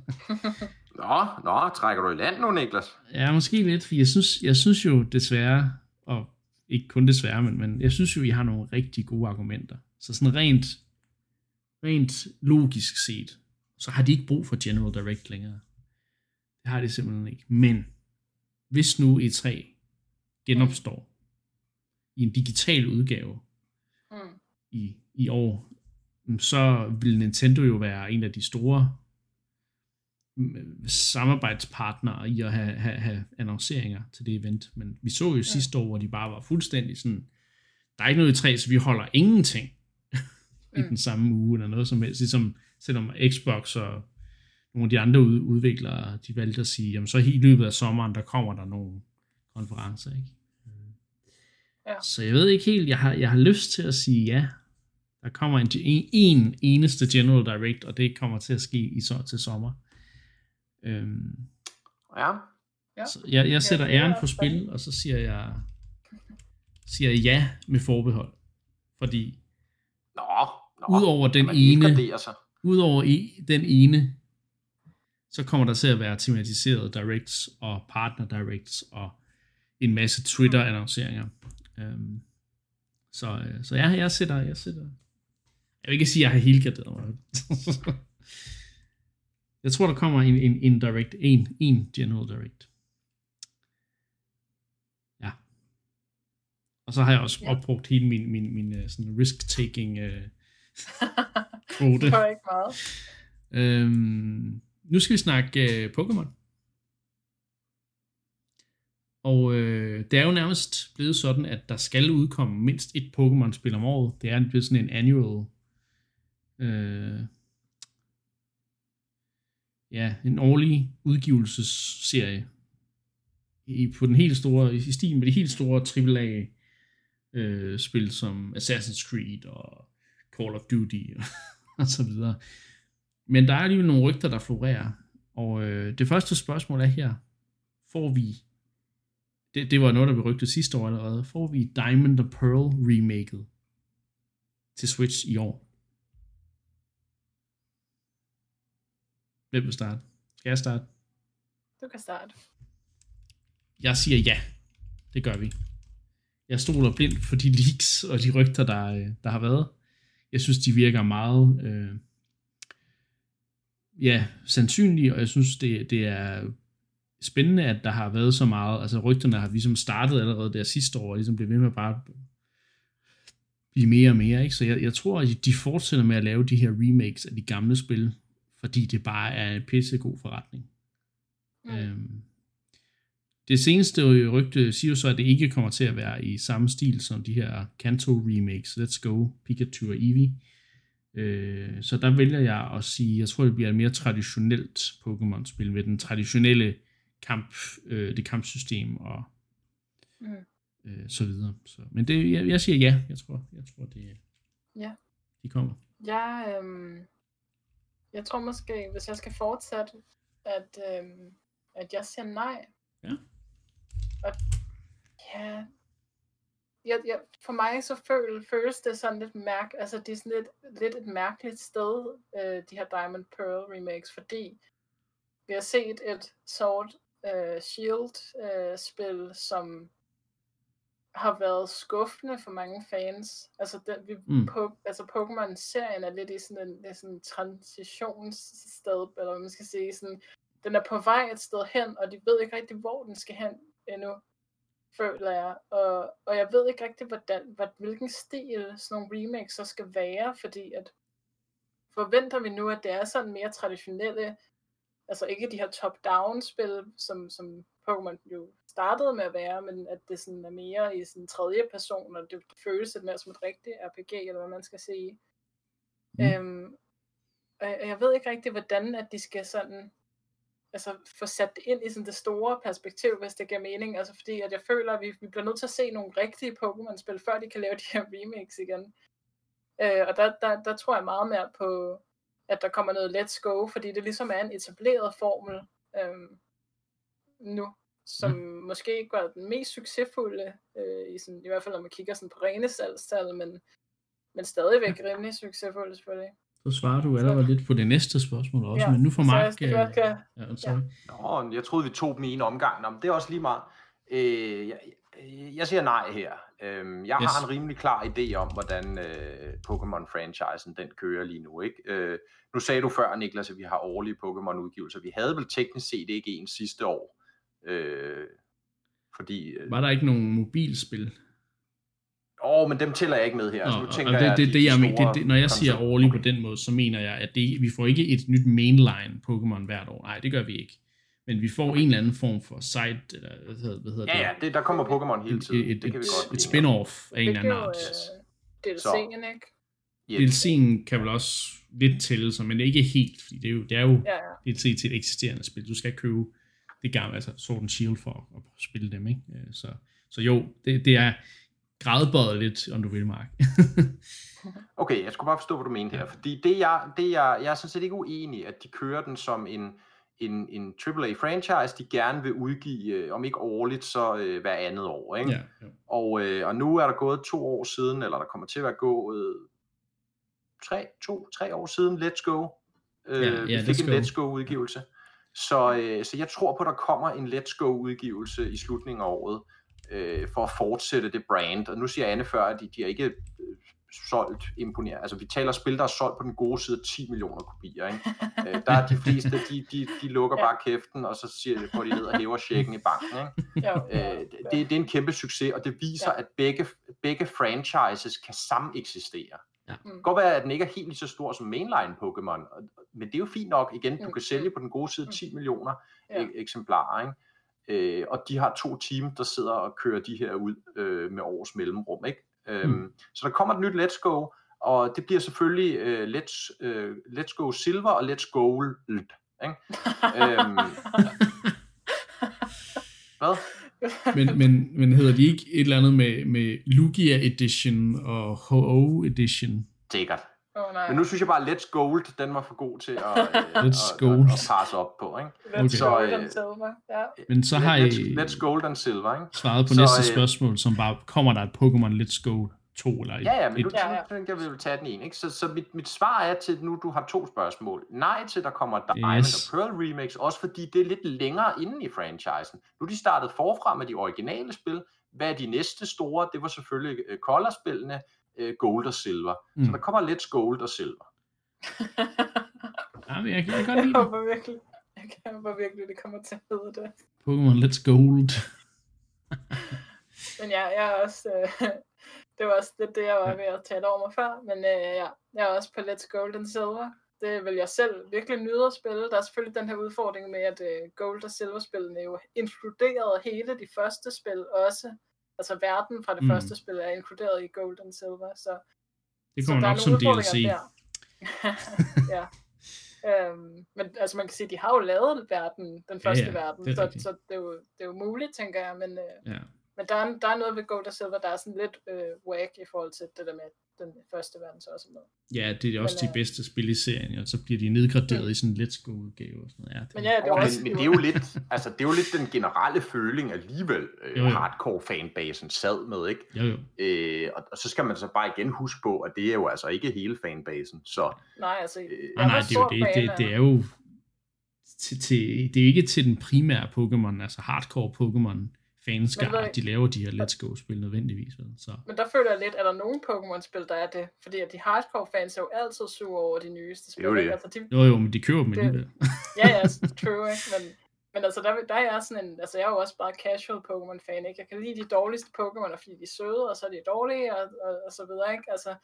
Nå, trækker du i land nu, Niklas? Ja, måske lidt, for jeg synes jo desværre, og ikke kun desværre, men jeg synes jo, I har nogle rigtig gode argumenter. Så sådan rent logisk set, så har de ikke brug for General Direct længere. Det har de simpelthen ikke. Men hvis nu E3 genopstår i en digital udgave i år, så vil Nintendo jo være en af de store samarbejdspartnere i at have annonceringer til det event. Men vi så jo sidste år, hvor de bare var fuldstændig sådan, der er ikke noget E3, så vi holder ingenting i den samme uge, eller noget som helst. Ligesom, selvom Xbox og nogle af de andre udviklere, de valgte at sige, jamen så i løbet af sommeren, der kommer der nogle konferencer, ikke? Ja. Så jeg ved ikke helt, jeg har lyst til at sige ja. Der kommer en eneste General Direct, og det kommer til at ske til sommer. Ja. Så jeg sætter æren på spil, og så siger jeg ja med forbehold. Fordi udover den ene, så kommer der til at være tematiserede directs og partner directs og en masse Twitter-annonceringer. Så jeg sætter. Jeg vil ikke sige, at jeg har helgarderet mig. Jeg tror, der kommer en direct, en general direct. Ja. Og så har jeg også opbrugt hele min sådan risk-taking kvote. Det var ikke meget. Nu skal vi snakke Pokémon. Og det er jo nærmest blevet sådan, at der skal udkomme mindst et Pokémon-spil om året. Det er blevet sådan en annual en årlig udgivelsesserie på den helt store, i stil med de helt store AAA spil som Assassin's Creed og Call of Duty og så videre. Men der er alligevel nogle rygter, der florerer. Og det første spørgsmål er her. Får vi, det var noget, der blev rygtet sidste år allerede, får vi Diamond and Pearl remaket til Switch i år? Hvem vil starte? Skal jeg starte? Du kan starte. Jeg siger ja. Det gør vi. Jeg stoler blindt for de leaks og de rygter, der har været. Jeg synes, de virker meget sandsynlige, og jeg synes, det er spændende, at der har været så meget. Altså rygterne har ligesom startet allerede der sidste år, og ligesom blev ved med bare blive mere og mere. Ikke? Så jeg tror, at de fortsætter med at lave de her remakes af de gamle spil, fordi det bare er en pissegod forretning. Det seneste rygte siger jo så, at det ikke kommer til at være i samme stil som de her Kanto remakes, Let's Go, Pikachu og Eevee. Så der vælger jeg at sige, jeg tror det bliver et mere traditionelt Pokémon-spil med den traditionelle det kampsystem og så videre. Så, men det, jeg siger ja. Jeg tror det de kommer. Jeg tror måske, hvis jeg skal fortsætte, at jeg siger nej. Ja. Og for mig så føles det sådan lidt altså det er sådan lidt et mærkeligt sted, de her Diamond Pearl remakes, fordi vi har set et Sword Shield spil, som har været skuffende for mange fans. Altså Pokémon-serien er lidt i sådan en transitionssted, eller hvad man skal sige. Sådan, den er på vej et sted hen, og de ved ikke rigtig, hvor den skal hen endnu, føler jeg. Og jeg ved ikke rigtig, hvilken stil sådan nogle remakes så skal være, fordi at forventer vi nu, at det er sådan mere traditionelle, altså ikke de her top-down-spil, som Pokémon jo startede med at være, men at det sådan er mere i sådan tredje person, og det føles lidt mere som et rigtigt RPG, eller hvad man skal sige. Og jeg ved ikke rigtig, hvordan at de skal sådan, altså få sat det ind i sådan det store perspektiv, hvis det giver mening, altså fordi at jeg føler, at vi bliver nødt til at se nogle rigtige Pokémon-spil, før de kan lave de her remakes igen. Og der tror jeg meget mere på, at der kommer noget Let's Go, fordi det ligesom er en etableret formel nu, som måske ikke var den mest succesfulde, i hvert fald når man kigger sådan på rene salgstal, men stadigvæk rimelig succesfulde selvfølgelig. Så svarer du allerede lidt på det næste spørgsmål også, men nu får Mark... Jeg troede, vi tog dem i en omgang, men det er også lige meget. Jeg siger nej her. Jeg har en rimelig klar idé om, hvordan Pokémon-franchisen den kører lige nu. Ikke? Nu sagde du før, Niklas, at vi har årlige Pokémon-udgivelser. Vi havde vel teknisk set ikke en sidste år. Fordi... Var der ikke nogen mobilspil? Men dem tæller jeg ikke med her. Nu tænker når jeg siger årligt på den måde, så mener jeg, at vi får ikke et nyt mainline Pokémon hvert år. Nej, det gør vi ikke. Men vi får en eller anden form for site, eller hvad hedder det? Der kommer Pokémon hele tiden. Et spin-off af en eller anden art. DLC'en, ikke? DLC'en kan vel også lidt tælle sig, men ikke helt, fordi det er jo DLC til et eksisterende spil. Du skal købe det gamle, altså Sword and Shield for at spille dem, ikke? Så jo, det er gradbøjet lidt, om du vil, Mark. Okay, jeg skulle bare forstå, hvad du mente her, fordi jeg er sådan set ikke uenig, at de kører den som en AAA-franchise, de gerne vil udgive, om ikke årligt, så hver andet år, ikke? Ja. Og nu er der gået 2 år siden, eller der kommer til at være gået 3 år siden, Let's Go. Vi fik en Let's Go-udgivelse. Så jeg tror på, at der kommer en Let's Go-udgivelse i slutningen af året, for at fortsætte det brand. Og nu siger Anne før, at de har ikke solgt imponerende. Altså vi taler spil, der er solgt på den gode side 10 millioner kopier. Ikke? Der er de fleste, de lukker bare kæften, og så får de ned og hæver checken i banken. Ikke? Det er en kæmpe succes, og det viser, at begge franchises kan sameksistere. Ja. Det kan godt være, at den ikke er helt lige så stor som mainline Pokémon, men det er jo fint nok. Igen, du kan sælge på den gode side 10 millioner eksemplarer, ikke? Og de har 2 team, der sidder og kører de her ud med års mellemrum, ikke? Så der kommer et nyt Let's Go, og det bliver selvfølgelig Let's Go Silver og Let's Gold, ikke? Hvad? Men hedder de ikke et eller andet med Lugia Edition og Ho-Oh Edition? Sikkert. Men nu synes jeg bare, at Let's Gold, den var for god til at passe op på, ikke? Let's Gold and Silver, ja. Men så har I Let's Gold and Silver, ikke? Svaret på næste spørgsmål, som bare, kommer der et Pokémon Let's Go 2 eller et? Ja, men nu tænker jeg, vi vil tage den en, ikke? Så mit svar er til, nu du har 2 spørgsmål. Nej til, der kommer Diamond og Pearl remakes, også fordi det er lidt længere inden i franchisen. Nu er de startet forfra med de originale spil. Hvad er de næste store? Det var selvfølgelig Color-spillene, Gold og Silver. Så der kommer Let's Gold og Silver. Ja, men jeg kan godt lide det. Jeg håber virkelig, det kommer til at hedde det. Pokémon Let's Gold. Men jeg er også... det var også det, jeg var ved at tale over mig før. Men jeg er også på Let's Gold and Silver. det vil jeg selv virkelig nyde at spille. Der er selvfølgelig den her udfordring med, at Gold- og Silver-spillene jo inkluderede hele de første spil også. Altså verden fra det første spil er inkluderet i Gold og Silver, så det kommer nok som DLC. Ja. Men altså man kan sige, de har jo lavet den første verden, så det er jo muligt, tænker jeg, men der er noget ved Gold og Silver, der er sådan lidt whack i forhold til det der med den første verden så også med. Ja, det er også de bedste spil i serien, og så bliver de nedgraderet i sådan en Let's Go-udgave og sådan noget. Men det er jo lidt, altså det er jo lidt den generelle føling alligevel, hardcore fanbasen sad med, ikke? Og så skal man så bare igen huske på, at det er jo altså ikke hele fanbasen, så... Nej, altså... nej, det er jo det er jo... Det er jo ikke til den primære Pokémon, altså hardcore Pokémon fanskar, de laver de her Let's Go-spil nødvendigvis. Så. Men der føler jeg lidt, at der er nogle Pokémon-spil, der er det, fordi at de hardcore-fans er jo altid sure over de nyeste spil. Altså, jo, men de køber dem alligevel. Ja, true, ikke? Men altså, der er sådan en, altså jeg er jo også bare casual Pokémon-fan, ikke? Jeg kan lide de dårligste Pokémon, fordi de er søde, og så er de dårlige, og så videre, ikke? Altså,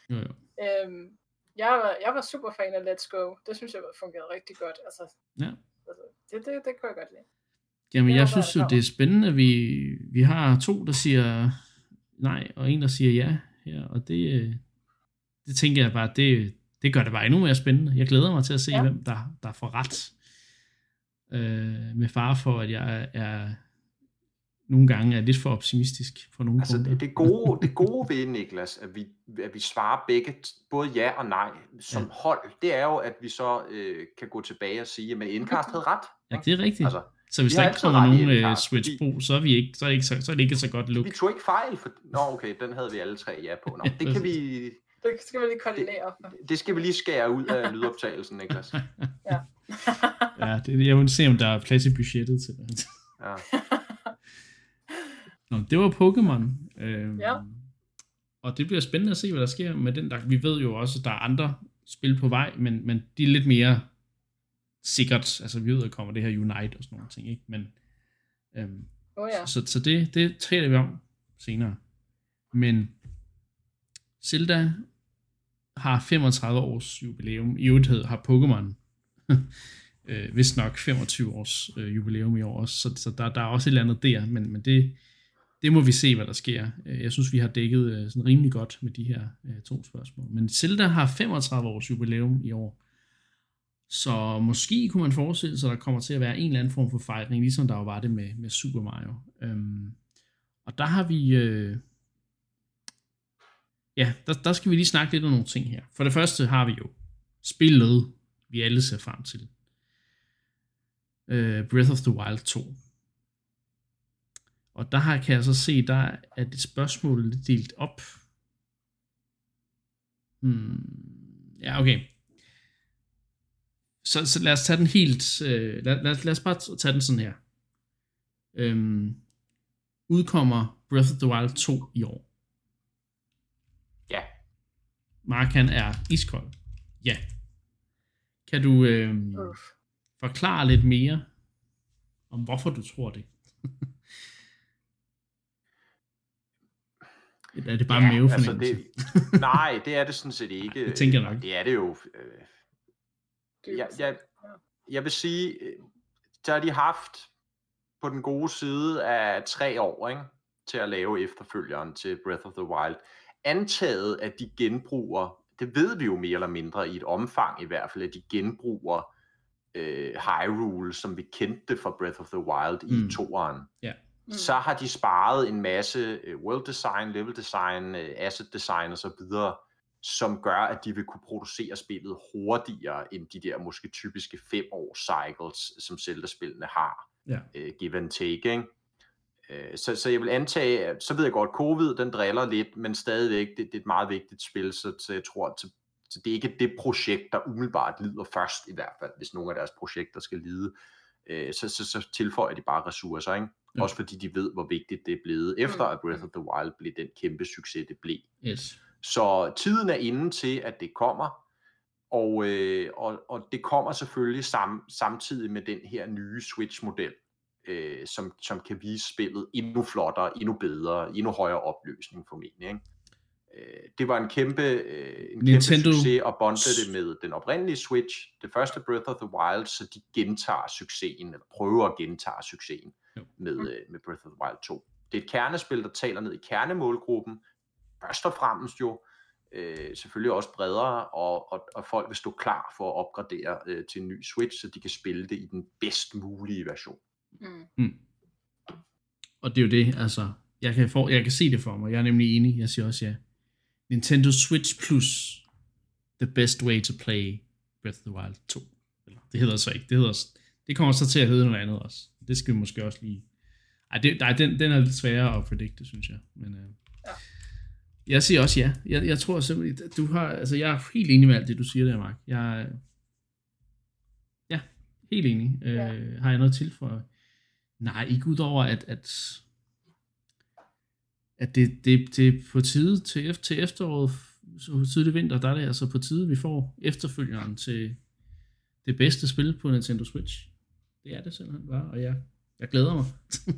jeg var super fan af Let's Go. Det synes jeg fungerede rigtig godt. Altså, det kunne jeg godt lide. Jamen, jeg synes jo, det er spændende, at vi har 2, der siger nej, og en, der siger ja her, og det tænker jeg bare, det gør det bare endnu mere spændende. Jeg glæder mig til at se, hvem der får ret. Med fare for, at jeg er nogle gange er lidt for optimistisk på nogle punkter. Det gode ved, Niklas, at vi svarer begge, både ja og nej, som hold, det er jo, at vi så kan gå tilbage og sige, at Endcast havde ret. Ja, det er rigtigt. Altså, så hvis der ikke kommer nogen Switch-brug, så er det ikke så godt look. Vi tog ikke fejl, for... Nå okay, den havde vi alle 3 ja på. Nå, det kan vi... Det skal vi lige koordinere. Det skal vi lige skære ud af lydoptagelsen, Niklas. Ja, jeg vil se, om der er plads i budgettet til det. Ja. Nå, det var Pokémon. Og det bliver spændende at se, hvad der sker med den der. Vi ved jo også, at der er andre spil på vej, men de er lidt mere sikkert. Altså, vi ved, at kommer det her Unite og sådan nogle ting, ikke? Men, så det taler vi om senere. Men Zelda har 35 års jubilæum. I øvrigt har Pokémon vist nok 25 års jubilæum i år også, så der er også et eller andet der, men det må vi se, hvad der sker. Jeg synes, vi har dækket sådan rimelig godt med de her 2 spørgsmål. Men Zelda har 35 års jubilæum i år, så måske kunne man forestille sig, at der kommer til at være en eller anden form for fejring, ligesom der jo var det med Super Mario. Og der har vi... der skal vi lige snakke lidt om nogle ting her. For det første har vi jo spillet, vi alle ser frem til. Breath of the Wild 2. Og der kan jeg så se, der er det spørgsmål lidt delt op. Ja, okay. Så lad os tage den helt... lad os bare tage den sådan her. Udkommer Breath of the Wild 2 i år? Ja. Mark, han er iskold. Ja. Kan du forklare lidt mere om, hvorfor du tror det? Er det bare mavefornemmelse? Altså nej, det er det sådan set ikke. Det tænker jeg nok. Det er det jo. Jeg vil sige, der har de haft på den gode side af 3 år, ikke, til at lave efterfølgeren til Breath of the Wild. Antaget, at de genbruger, det ved vi jo mere eller mindre i et omfang i hvert fald, at de genbruger Hyrule, som vi kendte det fra Breath of the Wild i 2'eren. Yeah. Så har de sparet en masse world design, level design, asset design og så videre, som gør, at de vil kunne producere spillet hurtigere end de der måske typiske 5 års cycles, som Zelda-spillene har. Give and take, ikke? Så jeg vil antage, så ved jeg godt, covid den driller lidt, men stadigvæk, det er et meget vigtigt spil, så jeg tror, så det er ikke det projekt, der umiddelbart lider først i hvert fald, hvis nogle af deres projekter skal lide. Så tilføjer de bare ressourcer, ikke? Ja. Også fordi de ved, hvor vigtigt det er blevet, efter at Breath of the Wild blev den kæmpe succes, det blev. Yes. Så tiden er inde til, at det kommer, og det kommer selvfølgelig samtidig med den her nye Switch-model, som kan vise spillet endnu flottere, endnu bedre, endnu højere opløsning formentlig, ikke? Det var en kæmpe Nintendo succes at bundle det med den oprindelige Switch, det første Breath of the Wild, så de gentager succesen, eller prøver at gentage succesen med Breath of the Wild 2. Det er et kernespil, der taler ned i kernemålgruppen, først og fremmest jo, selvfølgelig også bredere, og folk vil stå klar for at opgradere til en ny Switch, så de kan spille det i den bedst mulige version. Og det er jo det, altså, jeg kan se det for mig, jeg er nemlig enig, jeg siger også ja. Nintendo Switch Plus, the best way to play Breath of the Wild 2. Det hedder så ikke, det kommer så til at hedde noget andet også. Det skal vi måske også lige... den er lidt sværere at predikte, synes jeg. Men jeg siger også ja. Jeg tror simpelthen, jeg er helt enig med alt det, du siger der, Mark. Jeg er helt enig. Har jeg noget til for... Nej, ikke udover, at det er på tide til efteråret, så tidlig vinter, der er det altså på tide, vi får efterfølgeren til det bedste spil på Nintendo Switch. Det er det simpelthen bare, og jeg glæder mig.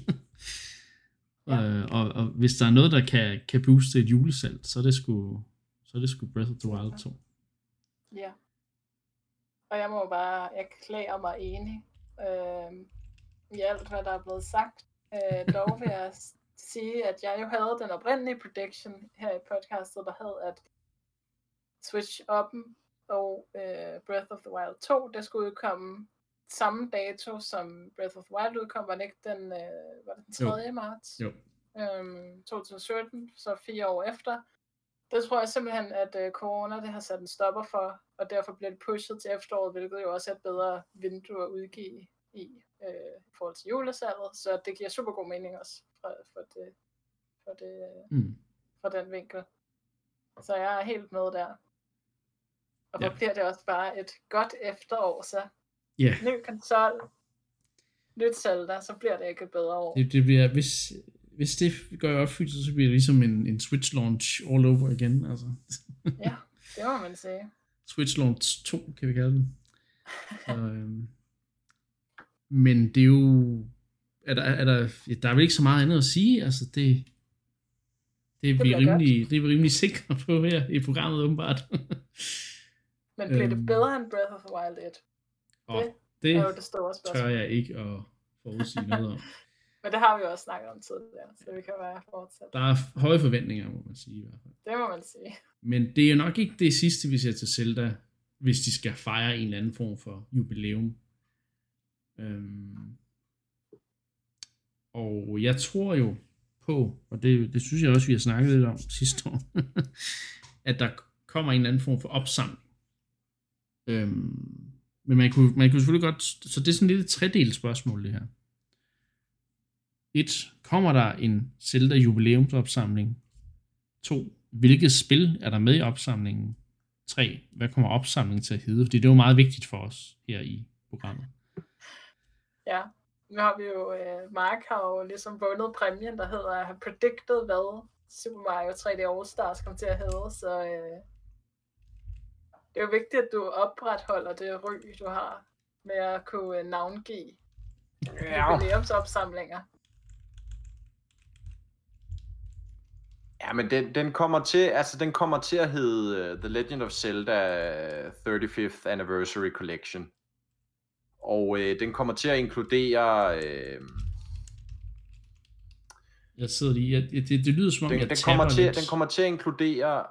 Og hvis der er noget, der kan booste et julesalg, så er det sgu Breath of the Wild 2. Ja. Og jeg må bare erklære mig enig i alt, hvad der er blevet sagt. Dog vil jeg sige, at jeg jo havde den oprindelige prediction her i podcastet, der hed, at Switch Open og Breath of the Wild 2, det skulle udkomme samme dato, som Breath of the Wild udkom, var det ikke den 3. marts? Jo. 2017, så 4 år efter. Det tror jeg simpelthen, at corona det har sat en stopper for, og derfor bliver det pushet til efteråret, hvilket jo også er et bedre vindue at udgive i forhold til julesalget, så det giver super god mening også for den vinkel. Så jeg er helt med der. Og så bliver det også bare et godt efterår, så ny konsol, nyt Zelda, så bliver det ikke et bedre år. Det bliver, hvis det gør opfyldt, så bliver det ligesom en Switch launch all over igen. Altså. Ja, det må man sige. Switch launch 2, kan vi kalde den. Så, men det er jo... Der er vel ikke så meget andet at sige. Altså, det er vi rimelig sikre på her i programmet, åbenbart. Men bliver det bedre end Breath of the Wild 1? Det er jo det store spørgsmål. Tør jeg ikke at forudsige noget om. Men det har vi jo også snakket om tidligere, så vi kan være fortsat. Der er høje forventninger, må man sige i hvert fald. Det må man sige. Men det er jo nok ikke det sidste, vi ser til Zelda, hvis de skal fejre en eller anden form for jubilæum. Og jeg tror jo på, og det synes jeg også, vi har snakket lidt om sidste år, at der kommer en eller anden form for opsamling. Men man kunne selvfølgelig godt, så det er sådan lidt et tredelt spørgsmål, det her. 1. Kommer der en Zelda jubilæumsopsamling? 2. Hvilket spil er der med i opsamlingen? 3. Hvad kommer opsamlingen til at hedde? Fordi det er jo meget vigtigt for os her i programmet. Ja, nu har vi jo, Mark har jo ligesom vundet præmien, der hedder at have predicted, hvad Super Mario 3D All Stars kommer til at hedde, så det er jo vigtigt, at du opretholder det ry, du har med at kunne navngive jubilæumsopsamlinger. Ja, men den kommer til at hedde The Legend of Zelda 35th Anniversary Collection. Og den kommer til at inkludere... Jeg sidder lige... Det lyder som om, den kommer til at inkludere...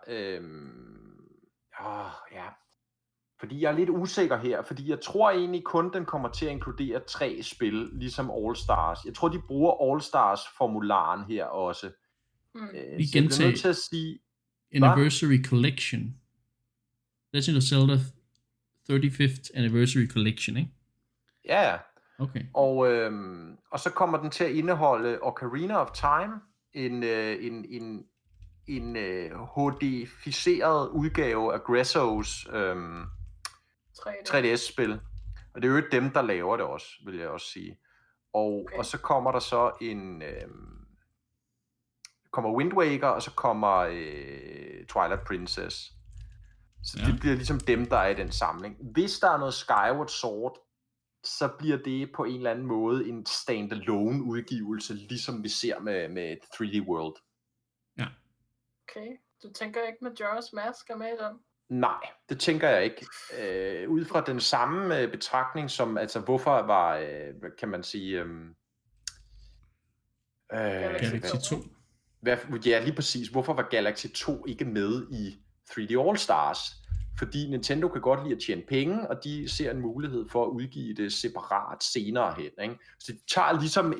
Fordi jeg er lidt usikker her, fordi jeg tror egentlig kun, den kommer til at inkludere 3 spil, ligesom All Stars. Jeg tror, de bruger All Stars-formularen her også. Vi gentager til at sige... Anniversary Collection. Legend of Zelda 35th Anniversary Collection, ikke? Ja, okay. Og så kommer den til at indeholde Ocarina of Time, en HD-ficeret udgave af Grezzo's 3DS-spil. Og det er jo ikke dem, der laver det også, vil jeg også sige. Og så kommer der så kommer Wind Waker, og så kommer Twilight Princess. Så det bliver ligesom dem, der er i den samling. Hvis der er noget Skyward Sword, så bliver det på en eller anden måde en standalone udgivelse, ligesom vi ser med 3D World. Ja. Okay. Du tænker ikke Majora's Mask er med i den? Nej, det tænker jeg ikke. Ud fra den samme betragtning som, altså hvorfor var, kan man sige... Galaxy 2. Ja, lige præcis. Hvorfor var Galaxy 2 ikke med i 3D All Stars? Fordi Nintendo kan godt lide at tjene penge, og de ser en mulighed for at udgive det separat senere hen. Ikke? Så de tager ligesom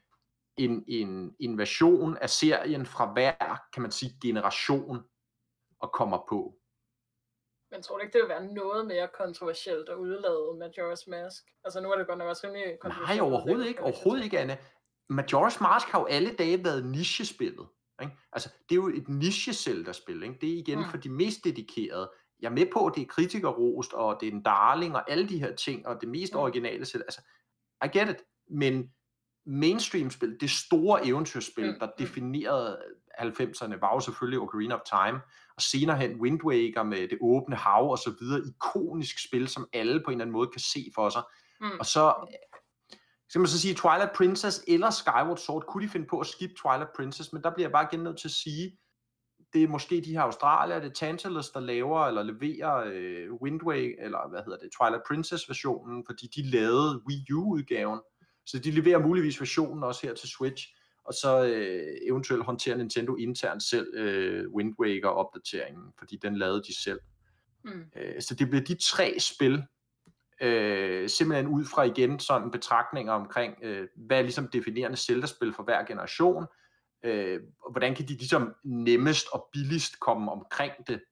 en version af serien fra hver, kan man sige, generation og kommer på. Men tror du ikke, det vil være noget mere kontroversielt at udlade Majora's Mask? Altså nu er det godt nok også rimelig kontroversielt. Nej, overhovedet ikke, Anne. Majora's Mask har jo alle dage været nichespillet. Ikke? Altså, det er jo et niche-Zelda-spil. Ikke? Det er igen for de mest dedikerede. Jeg er med på, at det er kritikerrost, og det er en darling, og alle de her ting, og det mest originale Zelda. Altså, I get it. Men mainstream-spil, det store eventyrspil, der definerede 90'erne, var jo selvfølgelig Ocarina of Time, og senere hen Wind Waker med det åbne hav og så videre, ikonisk spil, som alle på en eller anden måde kan se for sig. Og så skal man så sige Twilight Princess eller Skyward Sword, kunne de finde på at skip Twilight Princess, men der bliver jeg bare igen nødt til at sige, det er måske de her australier, det er Tantalus, der laver eller leverer Wind Waker, eller Twilight Princess versionen, fordi de lavede Wii U-udgaven, så de leverer muligvis versionen også her til Switch, og så eventuelt håndterer Nintendo internt selv Wind Waker-opdateringen, fordi den lavede de selv. Så det bliver de 3 spil, simpelthen ud fra igen sådan betragtninger omkring, hvad er ligesom definerende Zelda-spil for hver generation, hvordan kan de ligesom nemmest og billigst komme omkring det.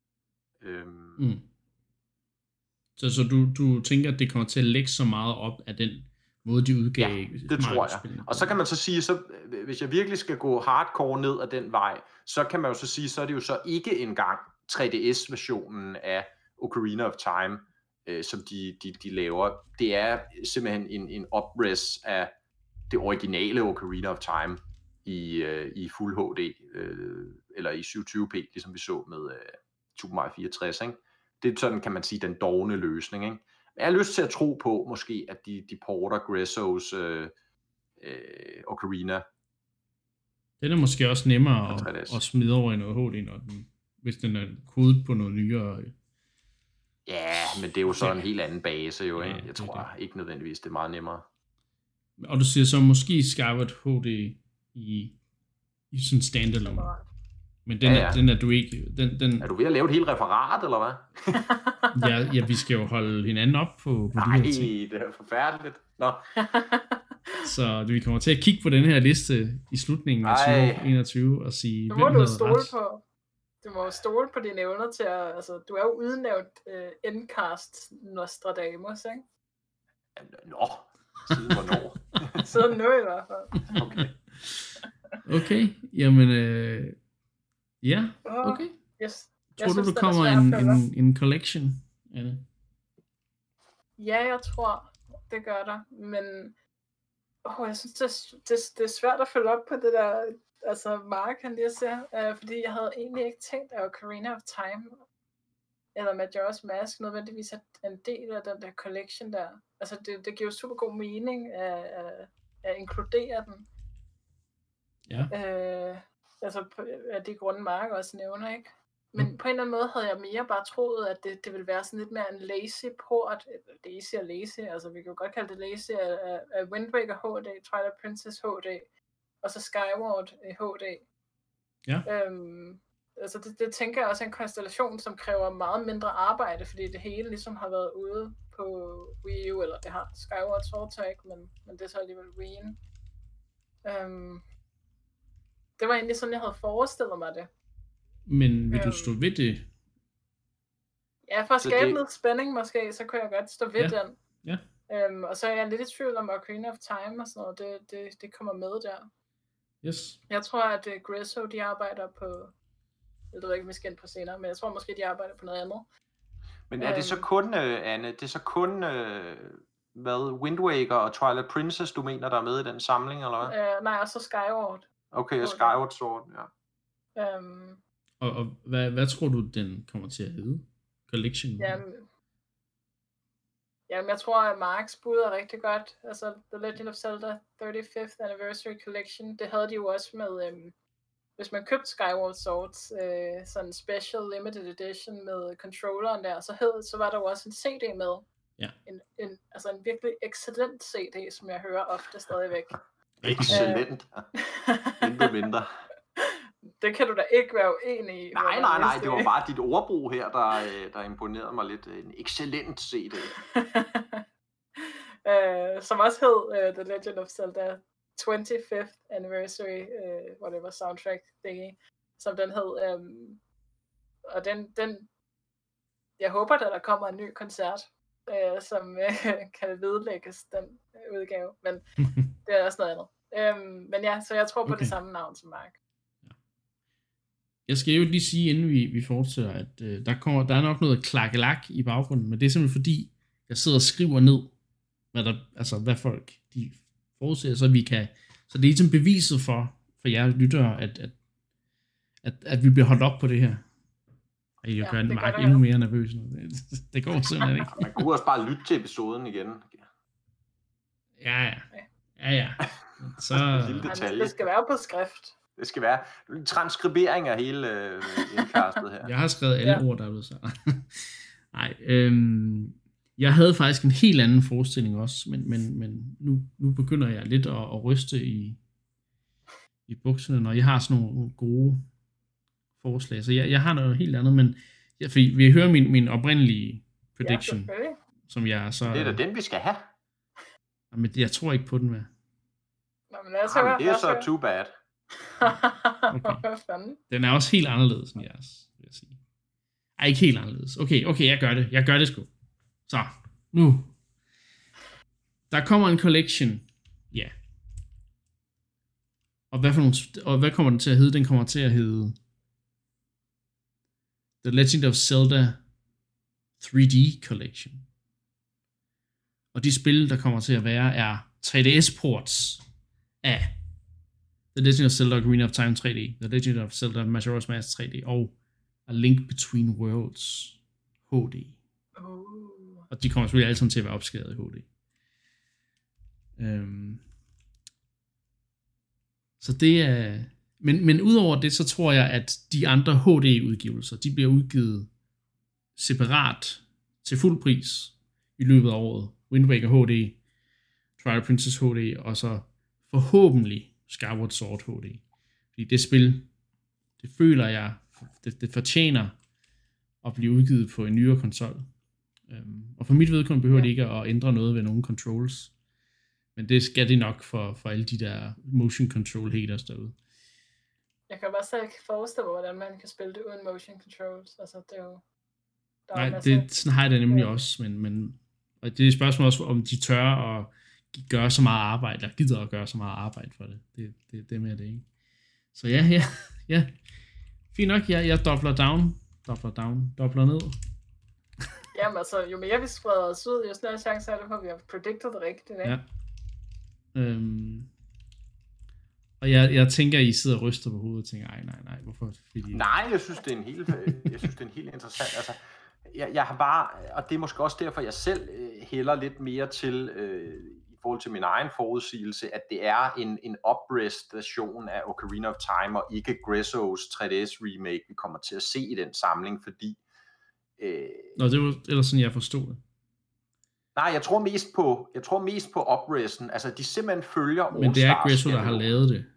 Så du tænker, at det kommer til at lægge så meget op af den måde, de udgav? Ja, det tror jeg. Og så kan man så sige, så hvis jeg virkelig skal gå hardcore ned ad den vej, så kan man jo så sige, så er det jo så ikke engang 3DS-versionen af Ocarina of Time, som de laver. Det er simpelthen en opres af det originale Ocarina of Time i Full HD, eller i 720p, ligesom vi så med Super Mario 64. Ikke? Det er sådan, kan man sige, den dovne løsning. Ikke? Jeg har lyst til at tro på, måske, at de porter Grezzo's Ocarina. Den er måske også nemmere at smide over i noget HD, hvis den er kodet på noget nyere. Ja, men det er jo så en helt anden base, jo. Ikke? Jeg tror ikke nødvendigvis, det er meget nemmere. Og du siger så måske Skyward HD i sådan standalone. Men den er du ikke... Den... Er du ved at lave et helt referat, eller hvad? ja, vi skal jo holde hinanden op på de her ting. Nej, det er forfærdeligt. Nå. Så vi kommer til at kigge på den her liste i slutningen af 2021 og sige, hvem havde ret. Du må stole på dine evner til at... Altså, du er jo udnævnt endcast Nostradamus, ikke? Nå, siden hvornår? Siden nu i hvert fald. Okay, jamen... Ja, okay. Yes. Tror du kommer en collection, Anne? Ja, jeg tror, det gør der. Men jeg synes, det er svært at følge op på det der, altså Mark han lige siger, fordi jeg havde egentlig ikke tænkt, at Ocarina of Time eller Majora's Mask nødvendigvis er en del af den der collection der. Altså det giver jo super god mening at inkludere den. Ja. Altså af de grunde Mark også nævner, ikke? Men på en eller anden måde havde jeg mere bare troet, at det ville være sådan lidt mere en lazy port, lazy, altså vi kan jo godt kalde det lazy, af Wind Waker HD, Twilight Princess HD, og så Skyward HD. Ja. Altså det tænker jeg også er en konstellation, som kræver meget mindre arbejde, fordi det hele ligesom har været ude på Wii U, eller det har Skyward Sword så ikke, men det er så alligevel Wii'en. Det var egentlig sådan, jeg havde forestillet mig det. Men vil du stå ved det? Ja, for at skabe noget spænding måske, så kunne jeg godt stå ved den. Ja. Og så er jeg lidt i tvivl om Ocarina of Time og sådan noget, det kommer med der. Yes. Jeg tror, at Grezzo, de arbejder på, jeg ved ikke, om vi skal ind på senere, men jeg tror måske, de arbejder på noget andet. Men er det så kun, Anne, det er så kun, Wind Waker og Twilight Princess, du mener, der er med i den samling, eller hvad? Nej, og så Skyward. Okay, og Skyward Sword, ja. Og hvad tror du, den kommer til at hedde? Collection? Jamen, jeg tror, at Marks bud er rigtig godt. Altså, The Legend of Zelda 35th Anniversary Collection, det havde de jo også hvis man købte Skyward Swords, sådan en special limited edition med controlleren der, så var der jo også en CD med. Ja. Altså en virkelig excellent CD, som jeg hører ofte stadigvæk. Excellent. Endnu mindre. Det kan du da ikke være uenig i. Nej, det var bare dit ordbrug her, der imponerede mig lidt. En excellent CD. Som også hed The Legend of Zelda 25th Anniversary, whatever soundtrack thingy, som den hed. Og den jeg håber, at der kommer en ny koncert, som kan vedlægges den udgave, men det er også noget andet. Men ja, så jeg tror på det samme navn som Mark. Jeg skal jo lige sige, inden vi fortsætter, at der er nok noget klakkelak i baggrunden, men det er simpelthen fordi, jeg sidder og skriver ned, hvad folk de forudser, så vi kan, så det er ligesom beviset for jer lyttere, at vi bliver holdt op på det her. Og jeg gør Mark endnu mere nervøs nu. Det går simpelthen ikke. Man kunne også bare lytte til episoden igen. Ja. Så det skal være på skrift. Det skal være en transkribering af hele indkastet her. Jeg har skrevet alle ord, der er blevet sagt. Nej, jeg havde faktisk en helt anden forestilling også, men nu begynder jeg lidt at ryste i bukserne, når jeg har sådan nogle gode forslag. Så jeg har noget helt andet, men fordi vi hører min oprindelige prediction, som jeg så... Det er da den, vi skal have. Men jeg tror ikke på den, hvad? Men det er så too bad. Okay. Den er også helt anderledes end jeres, vil jeg sige. Ej, ikke helt anderledes. Okay, jeg gør det sgu. Så, nu. Der kommer en collection. Ja. Og hvad kommer den til at hedde? Den kommer til at hedde The Legend of Zelda 3D Collection. Og de spil, der kommer til at være, er 3DS-ports af The Legend of Zelda Ocarina of Time 3D, The Legend of Zelda Majora's Mask 3D, og A Link Between Worlds HD. Og de kommer selvfølgelig alle sammen til at være opskrevet i HD. Så det er... Men udover det, så tror jeg, at de andre HD-udgivelser, de bliver udgivet separat til fuld pris i løbet af året. Wind Waker HD, Twilight Princess HD, og så forhåbentlig Skyward Sword HD. Fordi det spil, det føler jeg, det fortjener at blive udgivet på en nyere konsol. Og for mit vedkommende behøver det ikke at ændre noget ved nogle controls. Men det skal det nok for alle de der motion control haters derude. Jeg kan bare slet ikke forestille mig, hvordan man kan spille det uden motion controls. Altså, det er jo... sådan har jeg det nemlig også, men og det er et spørgsmål også, om de tør at gøre så meget arbejde, eller gider at gøre så meget arbejde for det. Det med det, ikke? Så ja. Fint nok, jeg dobler ned. Jamen altså, jo mere vi spreder os ud, jo større chance er det for, at vi har predicted det rigtigt, ikke? Ja. Og jeg tænker, I sidder og ryster på hovedet og tænker, nej, hvorfor? Fordi... Nej, jeg synes, det er en helt interessant. Altså, jeg har bare, og det er måske også derfor, jeg selv hælder lidt mere til, i forhold til min egen forudsigelse, at det er en uprest version af Ocarina of Time, og ikke Grezzo's 3DS remake, vi kommer til at se i den samling, fordi... Nå, det var ellers sådan, jeg forstod det. Nej, jeg tror mest på upresten. Altså, de simpelthen følger All-Stars. Men det er Grezzo, der har lavet det.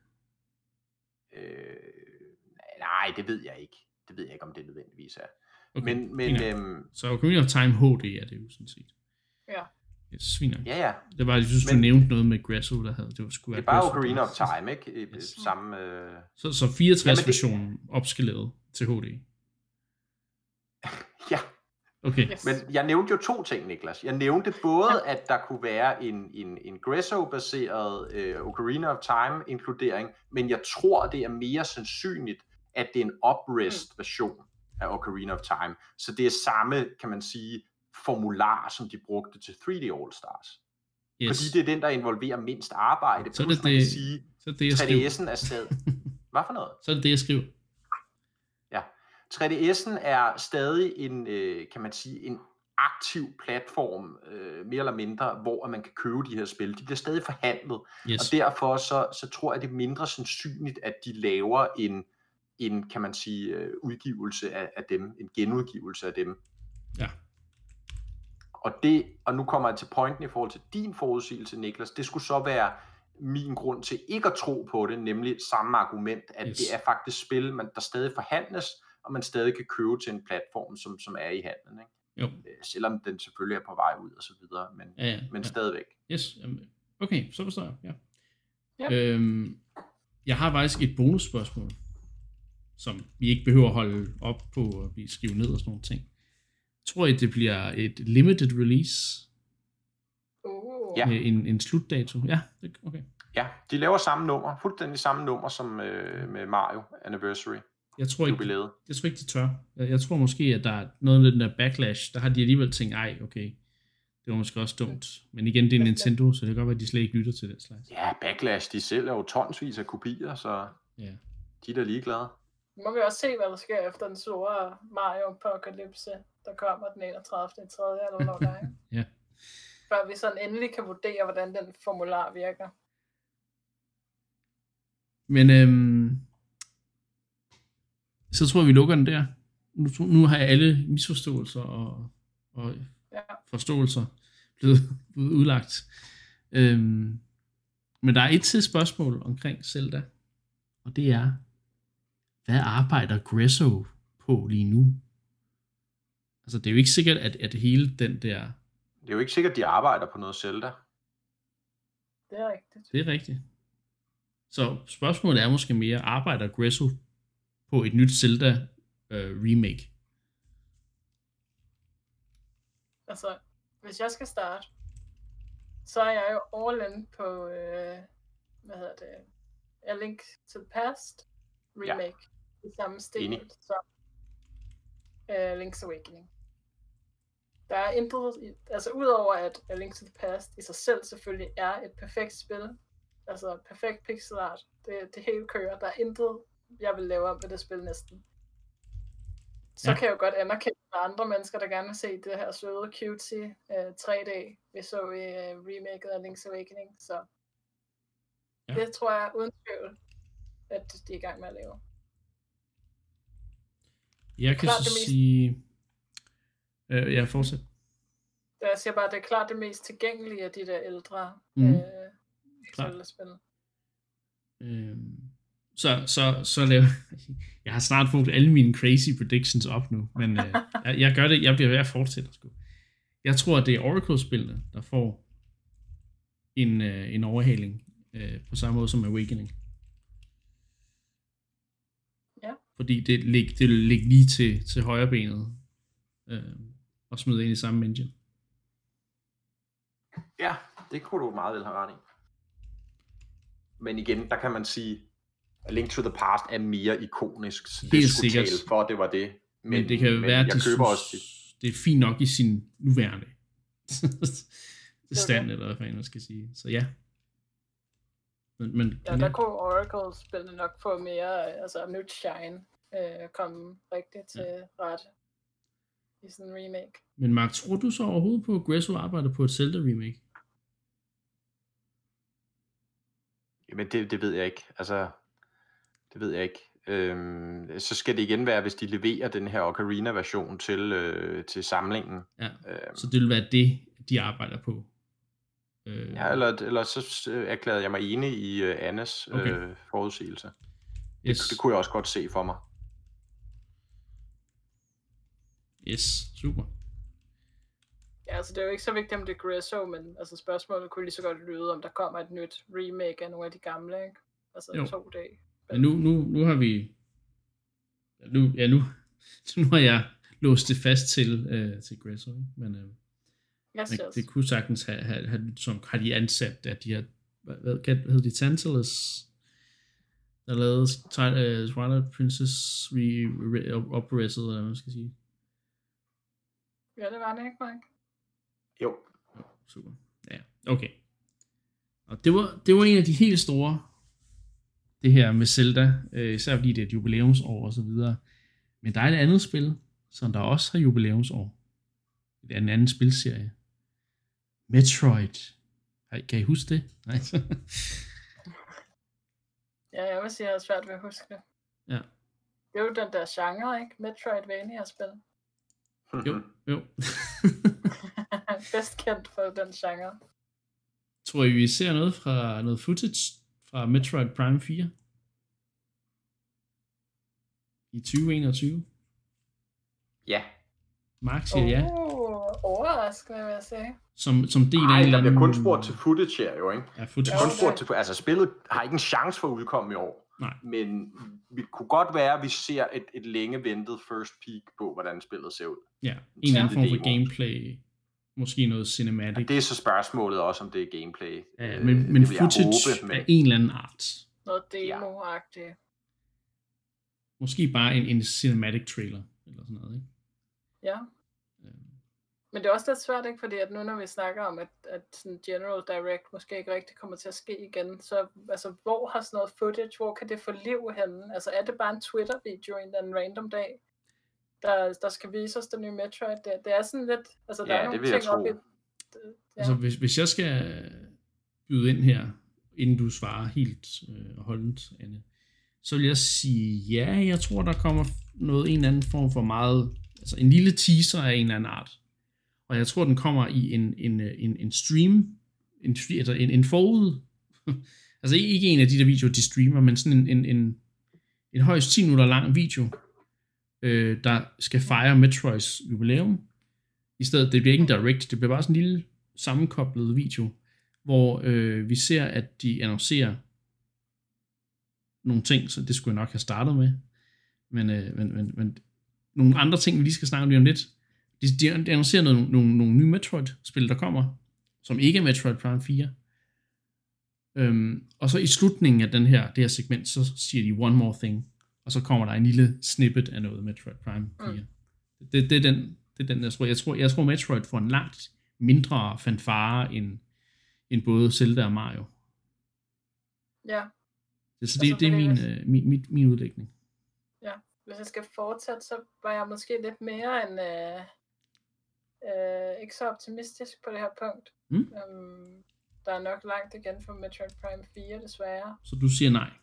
Nej, det ved jeg ikke. Det ved jeg ikke, om det nødvendigvis er. Okay, men så Ocarina of Time HD er det jo sådan set. Ja. Det sviner. Ja. Det var, jeg synes, du nævnte noget med Grezzo, der havde. Det er bare Ocarina of Time, ikke? Samme... Så 64-versionen opskaleret til HD. Ja. Okay. Yes. Men jeg nævnte jo to ting, Niklas. Jeg nævnte både, at der kunne være en Grezzo-baseret Ocarina of Time-inkludering, men jeg tror, det er mere sandsynligt, at det er en uprest-version af Ocarina of Time. Så det er samme, kan man sige, formular, som de brugte til 3D All-Stars. Yes. Fordi det er den, der involverer mindst arbejde. Så det, man kan sige, så det 3DS'en er stadig... Hvad for noget? Så er det, jeg skriver. Ja. 3DS'en er stadig en, kan man sige, en aktiv platform, mere eller mindre, hvor man kan købe de her spil. De bliver stadig forhandlet, Yes. og derfor så tror jeg, det er mindre sandsynligt, at de laver en kan man sige, udgivelse af dem, en genudgivelse af dem. Ja. Og nu kommer jeg til pointen i forhold til din forudsigelse, Niklas. Det skulle så være min grund til ikke at tro på det, nemlig samme argument, at det er faktisk spil, der stadig forhandles, og man stadig kan købe til en platform, som er i handlen, ikke? Jo. Selvom den selvfølgelig er på vej ud og så videre, men stadigvæk. Yes, okay, så forstår jeg, ja. Ja. Jeg har faktisk et bonusspørgsmål, som vi ikke behøver at holde op på og blive skrevet ned og sådan nogle ting. Tror I, det bliver et limited release? Ja. Med en slutdato? Ja, okay. Ja, de laver samme nummer, fuldstændig samme nummer som med Mario Anniversary. Jeg tror ikke, de tør. Jeg tror måske, at der er noget af den der backlash, der har de alligevel tænkt, okay, det var måske også dumt. Men igen, det er Nintendo, så det kan godt være, at de slet ikke lytter til den slags. Ja, backlash, de sælger jo tonsvis af kopier, så de er da ligeglade. Nu må vi også se, hvad der sker efter den store Mario Apocalypse, der kommer den 31.3. eller hvornår der er. Ja. Før vi sådan endelig kan vurdere, hvordan den formular virker. Men så tror jeg, vi lukker den der. Nu har jeg alle misforståelser og forståelser blevet udlagt. Men der er et til spørgsmål omkring Zelda, og det er, hvad arbejder Grezzo på lige nu? Altså, det er jo ikke sikkert, at hele den der... Det er jo ikke sikkert, at de arbejder på noget Zelda. Det er rigtigt. Det er rigtigt. Så spørgsmålet er måske mere, arbejder Grezzo på et nyt Zelda remake? Altså, hvis jeg skal starte, så er jeg jo all in på, A Link to the Past remake i samme stil som Link's Awakening. Der er intet, altså udover at A Link to the Past i sig selv selvfølgelig er et perfekt spil, altså perfekt pixel art, det hele kører, der er intet, jeg vil lave om ved det spil næsten. Så kan jeg jo godt anerkende, at der er andre mennesker, der gerne vil se det her søde, cutesy 3D, vi så i remaket af Link's Awakening, så det tror jeg uden tvivl, at de er i gang med at lave. Jeg kan så sige... Ja, fortsæt. Jeg siger bare, at det er klart det mest tilgængelige af de der ældre spil. Så laver jeg har snart fået alle mine crazy predictions op nu, men jeg gør det, jeg bliver ved at fortsætte. Jeg tror, at det er Oracle-spillene, der får en overhaling på samme måde som Awakening. Ja. Fordi det ligger lige til højre benet og smide ind i samme engine. Ja, det kunne du meget vel have ret i. Men igen, der kan man sige, A Link to the Past er mere ikonisk. Helt sikkert. For det var det. Men det kan være, at det er fint nok i sin nuværende stand, eller hvad fanden man skal sige. Så ja. Men der kunne Oracle-spillene nok få mere, altså nyt shine, komme rigtigt til ret i sådan en remake. Men Mark, tror du så overhovedet på, at Grezzo arbejder på et Zelda remake? Jamen det ved jeg ikke. Altså, det ved jeg ikke. Så skal det igen være, hvis de leverer den her Ocarina-version til samlingen. Ja, så det vil være det, de arbejder på. Ja, eller så erklærede jeg mig enig i Annes forudsigelse. Yes. Det kunne jeg også godt se for mig. Yes, super. Ja, altså det er jo ikke så vigtigt, om det er Grezzo, men altså spørgsmålet kunne lige så godt lyde, om der kommer et nyt remake af nogle af de gamle, ikke? Altså 2D. Men nu har vi... Nu har jeg låst det fast til Grezzo, ikke? Men det kunne sagtens have som har de ansat, at de har... Hvad hedder de? Tantalus, der lavede Twilight Princess Operated, eller hvad man skal sige. Ja, det var det ikke, Mike? Jo. Super. Ja, okay. Og det var en af de helt store, det her med Zelda, især fordi det er et jubilæumsår og så videre. Men der er et andet spil, som der også har jubilæumsår. en anden spilserie. Metroid. Kan I huske det? Nej. Ja, jeg vil sige, at jeg har svært ved at huske det. Ja. Det er jo den der genre, ikke? Metroidvania-spil. Jo. Bedst kendt for den genre. Tror I, vi ser noget fra noget footage fra Metroid Prime 4? I 2021? Ja. Mark siger ja. Overraskende, vil jeg sige. Som del af en eller anden... der bliver kun spurgt til footage her jo, ikke? Ja, footage. Kun spurgt til, altså spillet har ikke en chance for at udkomme i år. Nej. Men vi kunne godt være, at vi ser et længe ventet first peek på, hvordan spillet ser ud. Ja, en eller anden form for gameplay. Måske noget cinematic. Ja, det er så spørgsmålet også, om det er gameplay. Ja, men footage af en eller anden art. Noget demo-agtigt. Måske bare en cinematic trailer, eller sådan noget, ikke? Ja. Men det er også lidt svært, ikke? Fordi at nu når vi snakker om, at sådan General Direct måske ikke rigtig kommer til at ske igen, så altså, hvor har sådan noget footage, hvor kan det få liv henne? Altså er det bare en Twitter-video en eller anden random dag, der skal vise os den nye Metroid? Det er sådan lidt, altså der er nogle ting op i... Altså hvis jeg skal byde ind her, inden du svarer helt holdent, Anne, så vil jeg sige, ja, jeg tror der kommer en eller anden form for meget, altså en lille teaser af en eller anden art. Og jeg tror, den kommer i en stream, altså en forud, altså ikke en af de der videoer, de streamer, men sådan en højst 10 minutter lang video, der skal fejre Metroids jubilæum. I stedet, det bliver ikke en direct, det bliver bare sådan en lille sammenkoblet video, hvor vi ser, at de annoncerer nogle ting, så det skulle jeg nok have startet med. Men nogle andre ting, vi lige skal snakke om lidt. De annoncerer nogle nye Metroid-spil, der kommer, som ikke er Metroid Prime 4. Og så i slutningen af det her segment, så siger de one more thing, og så kommer der en lille snippet af noget Metroid Prime 4. Det er den, jeg tror Metroid får en langt mindre fanfare end både Zelda og Mario. Ja. Så det er min udlægning. Ja, hvis jeg skal fortsætte, så var jeg måske lidt mere end ikke så optimistisk på det her punkt. Der er nok langt igen for Metroid Prime 4, desværre. Så du siger nej?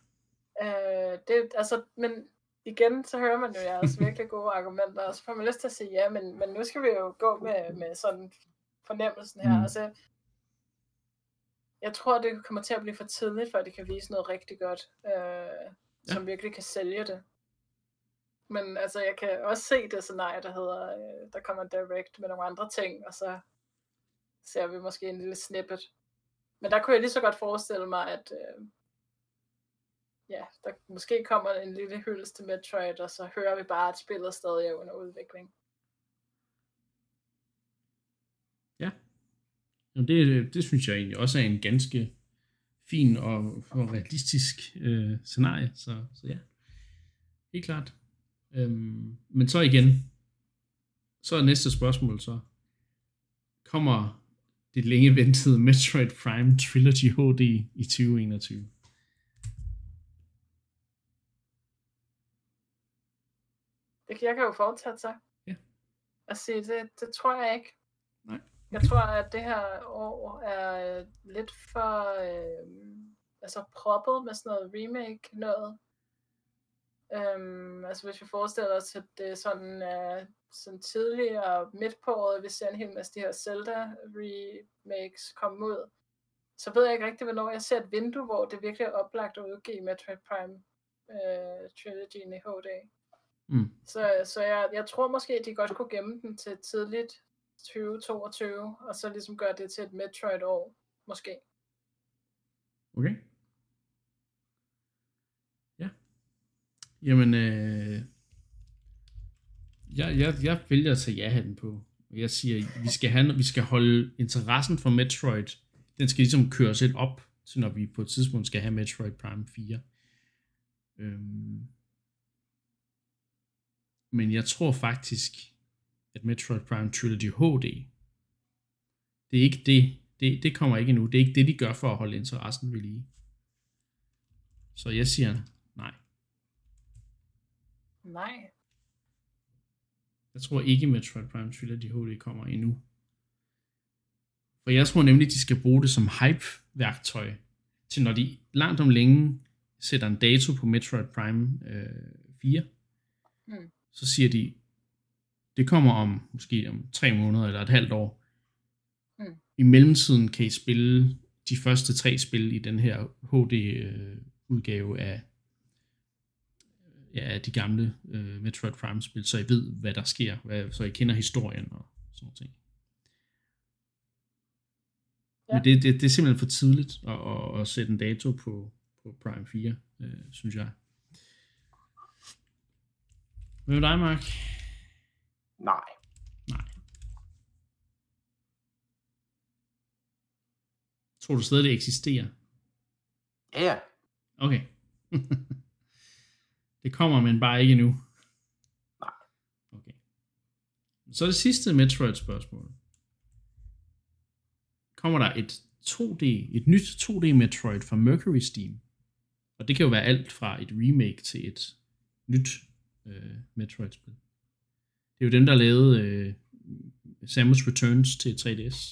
Men igen, så hører man jo jeres virkelig gode argumenter, og så får man lyst til at sige ja, men nu skal vi jo gå med sådan fornemmelsen her. Altså, jeg tror, det kommer til at blive for tidligt, før de kan vise noget rigtig godt, som virkelig kan sælge det. Men altså, jeg kan også se det scenarie, der hedder, der kommer en direct med nogle andre ting, og så ser vi måske en lille snippet. Men der kunne jeg lige så godt forestille mig, at der måske kommer en lille hyldest til Metroid, og så hører vi bare, at spillet stadig er under udvikling. Ja. Og det synes jeg egentlig også er en ganske fin og realistisk scenarie. Så ja, helt klart. Men så igen, så er næste spørgsmål så, kommer det længe ventede Metroid Prime Trilogy HD i 2021? Jeg kan jo fortsætte så. Ja. Og sige, det tror jeg ikke. Nej. Okay. Jeg tror, at det her år er lidt for proppet med sådan noget remake noget. Altså hvis vi forestiller os, at det er sådan tidligere midt på året, vi ser en hel masse de her Zelda remakes komme ud, så ved jeg ikke rigtig, hvornår jeg ser et vindue, hvor det virkelig er oplagt at udgive Metroid Prime Trilogyen i HD. Så jeg tror måske, at de godt kunne gemme den til tidligt 2022, og så ligesom gøre det til et Metroid-år, måske. Okay. Ja. Jamen, jeg vælger at tage ja-hatten på. Jeg siger, vi skal holde interessen for Metroid, den skal ligesom køres lidt op, så når vi på et tidspunkt skal have Metroid Prime 4. Men jeg tror faktisk, at Metroid Prime Trilogy HD, det er ikke det kommer ikke endnu. Det er ikke det, de gør for at holde interessen ved lige. Så jeg siger nej. Nej. Jeg tror ikke, Metroid Prime Trilogy HD kommer endnu. For jeg tror nemlig, de skal bruge det som hype-værktøj, til når de langt om længe sætter en dato på Metroid Prime 4, så siger de, det kommer måske om 3 måneder eller et halvt år. I mellemtiden kan I spille de første 3 spil i den her HD-udgave af de gamle Metroid Prime-spil, så I ved, hvad der sker, så I kender historien og sådan noget ting. Ja. Men det er simpelthen for tidligt at sætte en dato på Prime 4, synes jeg. Hvad med dig, Mark? Nej. Tror du stadig, det eksisterer? Ja. Okay. Det kommer, men bare ikke endnu. Nej. Okay. Så det sidste Metroid-spørgsmål. Kommer der et nyt 2D Metroid fra Mercury Steam? Og det kan jo være alt fra et remake til et nyt Metroid-spil. Det er jo dem, der lavede Samus Returns til 3DS.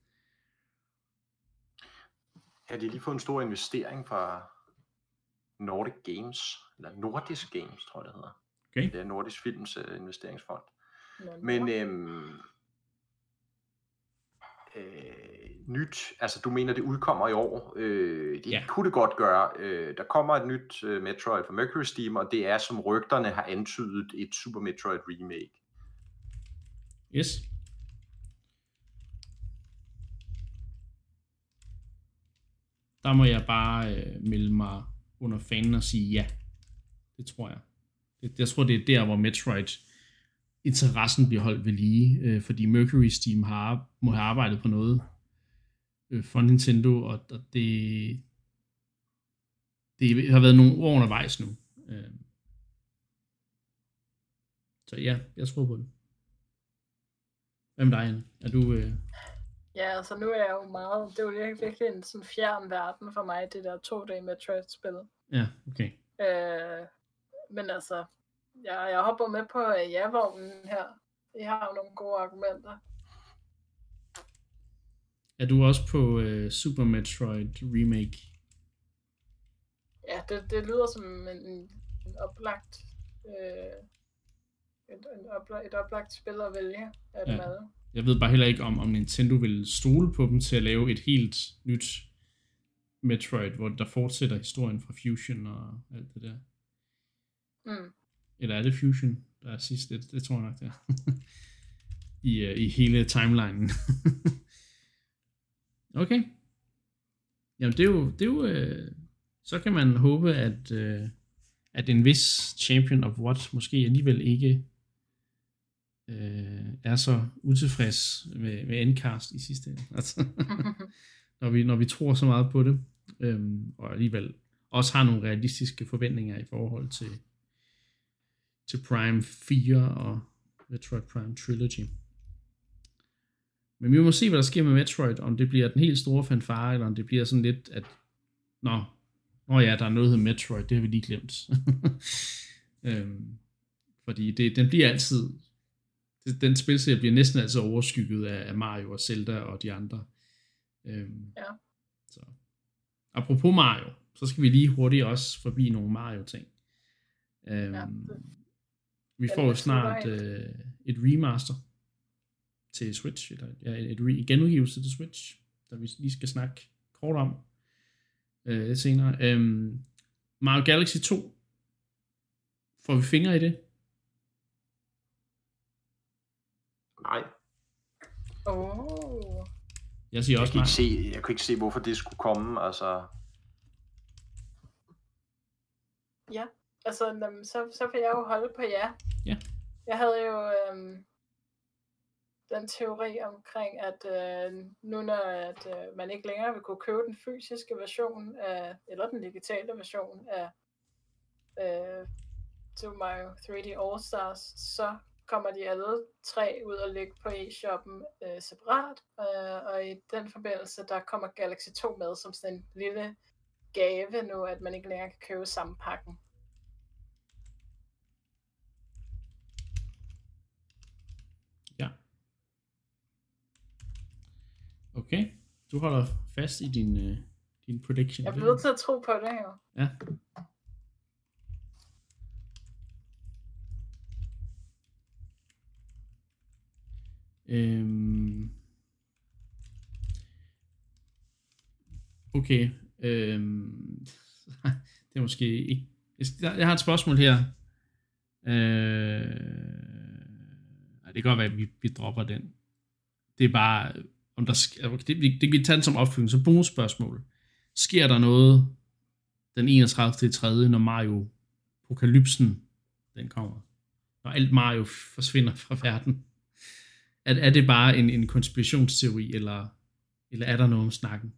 Ja, de har lige fået en stor investering fra Nordic Games, eller Nordisk Games, tror jeg det hedder. Okay. Det er Nordisk Films investeringsfond. Men nyt, altså du mener, det udkommer i år. Det kunne det godt gøre. Der kommer et nyt Metroid fra Mercury Steam, og det er, som rygterne har antydet, et Super Metroid remake. Yes. Der må jeg bare melde mig under fanen og sige ja. Det tror jeg. Jeg tror, det er der, hvor Metroid-interessen bliver holdt ved lige, fordi Mercury Steam må have arbejdet på noget for Nintendo, og det har været nogle år undervejs nu. Så ja, jeg tror på det. Hvad med dig, Anne? Er du... Ja, altså nu er jeg jo meget... Det er jo virkelig en sådan fjern verden for mig, det der 2D Metroid-spil. Ja, okay. Men altså, jeg hopper med på ja-vognen her. I har jo nogle gode argumenter. Er du også på Super Metroid Remake? Ja, det lyder som en oplagt... Et oplagt spil at vælge af dem alle. Jeg ved bare heller ikke, om Nintendo vil stole på dem til at lave et helt nyt Metroid, hvor der fortsætter historien fra Fusion og alt det der. Eller er det Fusion, der er sidst? Det tror jeg nok, det er. I hele timelinen. Okay. Jamen, det er jo så kan man håbe, at en vis Champion of What måske alligevel ikke er så utilfreds med endcast i sidste ende. Altså, når vi tror så meget på det, og alligevel også har nogle realistiske forventninger i forhold til Prime 4 og Metroid Prime Trilogy. Men vi må se, hvad der sker med Metroid, om det bliver den helt store fanfare, eller om det bliver sådan lidt, at Nå ja, der er noget, der hedder Metroid, det har vi lige glemt. Fordi den bliver altid, den spilserie bliver næsten altid overskygget af Mario og Zelda og de andre. Så. Apropos Mario, så skal vi lige hurtigt også forbi nogle Mario-ting. Vi får jo snart et remaster til Switch, eller et genudgivelse til Switch, der vi lige skal snakke kort om lidt senere. Mario Galaxy 2, får vi fingre i det? Nej. Jeg siger også nej. Jeg kan ikke se, hvorfor det skulle komme, altså. Ja, altså, så vil jeg jo holde på ja. Ja. Jeg havde jo den teori omkring, at nu når man ikke længere vil kunne købe den fysiske version af, eller den digitale version af Super Mario 3D All Stars, så kommer de alle 3 ud og ligge på eShoppen separat, og i den forbindelse, der kommer Galaxy 2 med som sådan en lille gave nu, at man ikke længere kan købe samme pakken. Okay, du holder fast i din prediction. Jeg bliver nødt til at tro på det her. Ja. Okay. Det er måske ikke... Jeg har et spørgsmål her. Det kan godt være, at vi dropper den. Det er bare... Om der det kan vi tage den som opfølgning. Så bonusspørgsmål. Sker der noget den 31.3., når Mario Apokalypsen den kommer? Når alt Mario forsvinder fra verden? Er det bare en konspirationsteori, eller er der noget om snakken?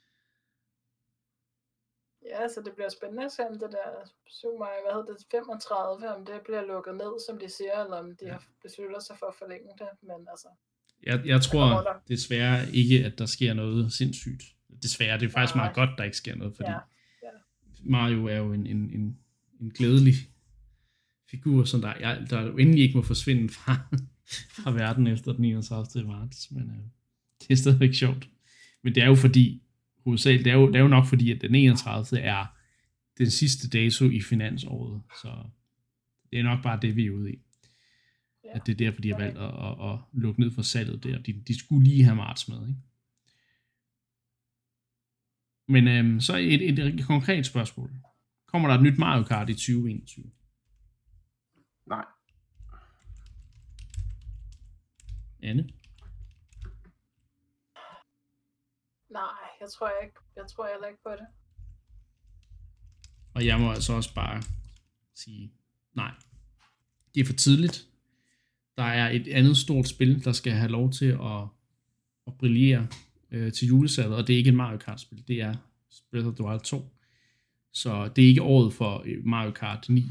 Ja, så det bliver spændende at se, om det der Super Mario, hvad hedder det, 35, om det bliver lukket ned, som de siger, eller om de har besluttet sig for at forlænge det, men altså... Jeg tror desværre ikke, at der sker noget sindssygt. Desværre, det er faktisk meget godt, der ikke sker noget, fordi Mario er jo en glædelig figur, som der jo endelig ikke må forsvinde fra verden efter den 31. marts, men det er stadigvæk sjovt. Men det er jo fordi, hovedsageligt, det er jo nok fordi, at den 31. er den sidste dato i finansåret, så det er nok bare det, vi er ude i. Ja. At det er derfor, de har valgt at lukke ned for salget der. De skulle lige have marts med, ikke? Men så et konkret spørgsmål. Kommer der et nyt Mario Kart i 2021? Nej. Anne? Nej, jeg tror heller ikke på det. Og jeg må altså også bare sige nej. Det er for tidligt. Der er et andet stort spil, der skal have lov til at brillere til julesalget, og det er ikke et Mario Kart-spil, det er Breath of the Wild 2. Så det er ikke året for Mario Kart 9.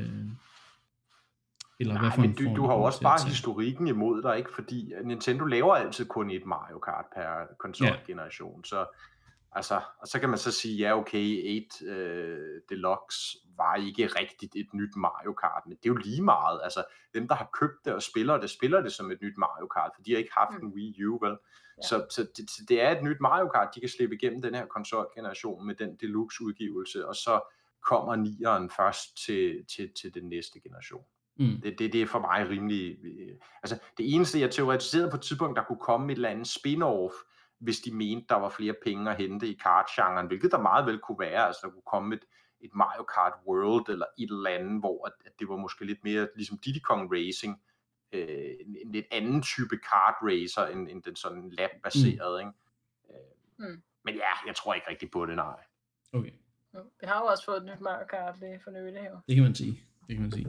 Eller nej, hvad for men du har jo også bare historikken imod dig, ikke? Fordi Nintendo laver altid kun et Mario Kart per konsolgeneration, så altså, og så kan man så sige, ja okay, 8 Deluxe var ikke rigtigt et nyt Mario Kart, men det er jo lige meget, altså dem der har købt det og spiller det som et nyt Mario Kart, for de har ikke haft en Wii U, vel? Ja. Så det er et nyt Mario Kart, de kan slippe igennem den her konsolgeneration med den Deluxe udgivelse, og så kommer 9'eren først til den næste generation. Det er for mig rimelig... Altså, det eneste, jeg teoretiserede på et tidspunkt, der kunne komme et eller andet spin-off, hvis de mente, der var flere penge at hente i kart-genren, hvilket der meget vel kunne være. Altså, der kunne komme et Mario Kart World, eller et eller andet, hvor at det var måske lidt mere ligesom Diddy Kong Racing, en lidt anden type kart racer, end den sådan lab-baserede, ikke? Men ja, jeg tror ikke rigtig på det, nej. Okay. Vi har jo også fået et nyt Mario Kart lige for nylig her. Det kan man sige.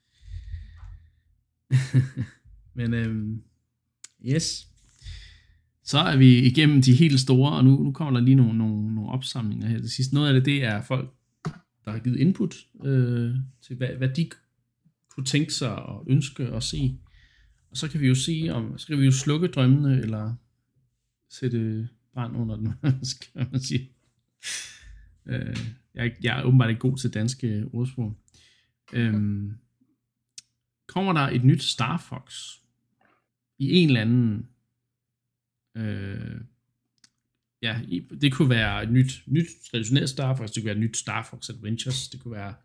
Men yes. Så er vi igennem de helt store, og nu kommer der lige nogle opsamlinger her til sidst. Noget af det er folk, der har givet input til, hvad de kunne tænke sig og ønske at se. Og så kan vi jo sige, så kan vi jo slukke drømmene, eller sætte brand under den, skal man sige. Jeg er åbenbart ikke god til danske ordsprog. Kommer der et nyt Star Fox i en eller anden det kunne være et nyt traditionelt Star Fox, det kunne være et nyt Star Fox Adventures, det kunne være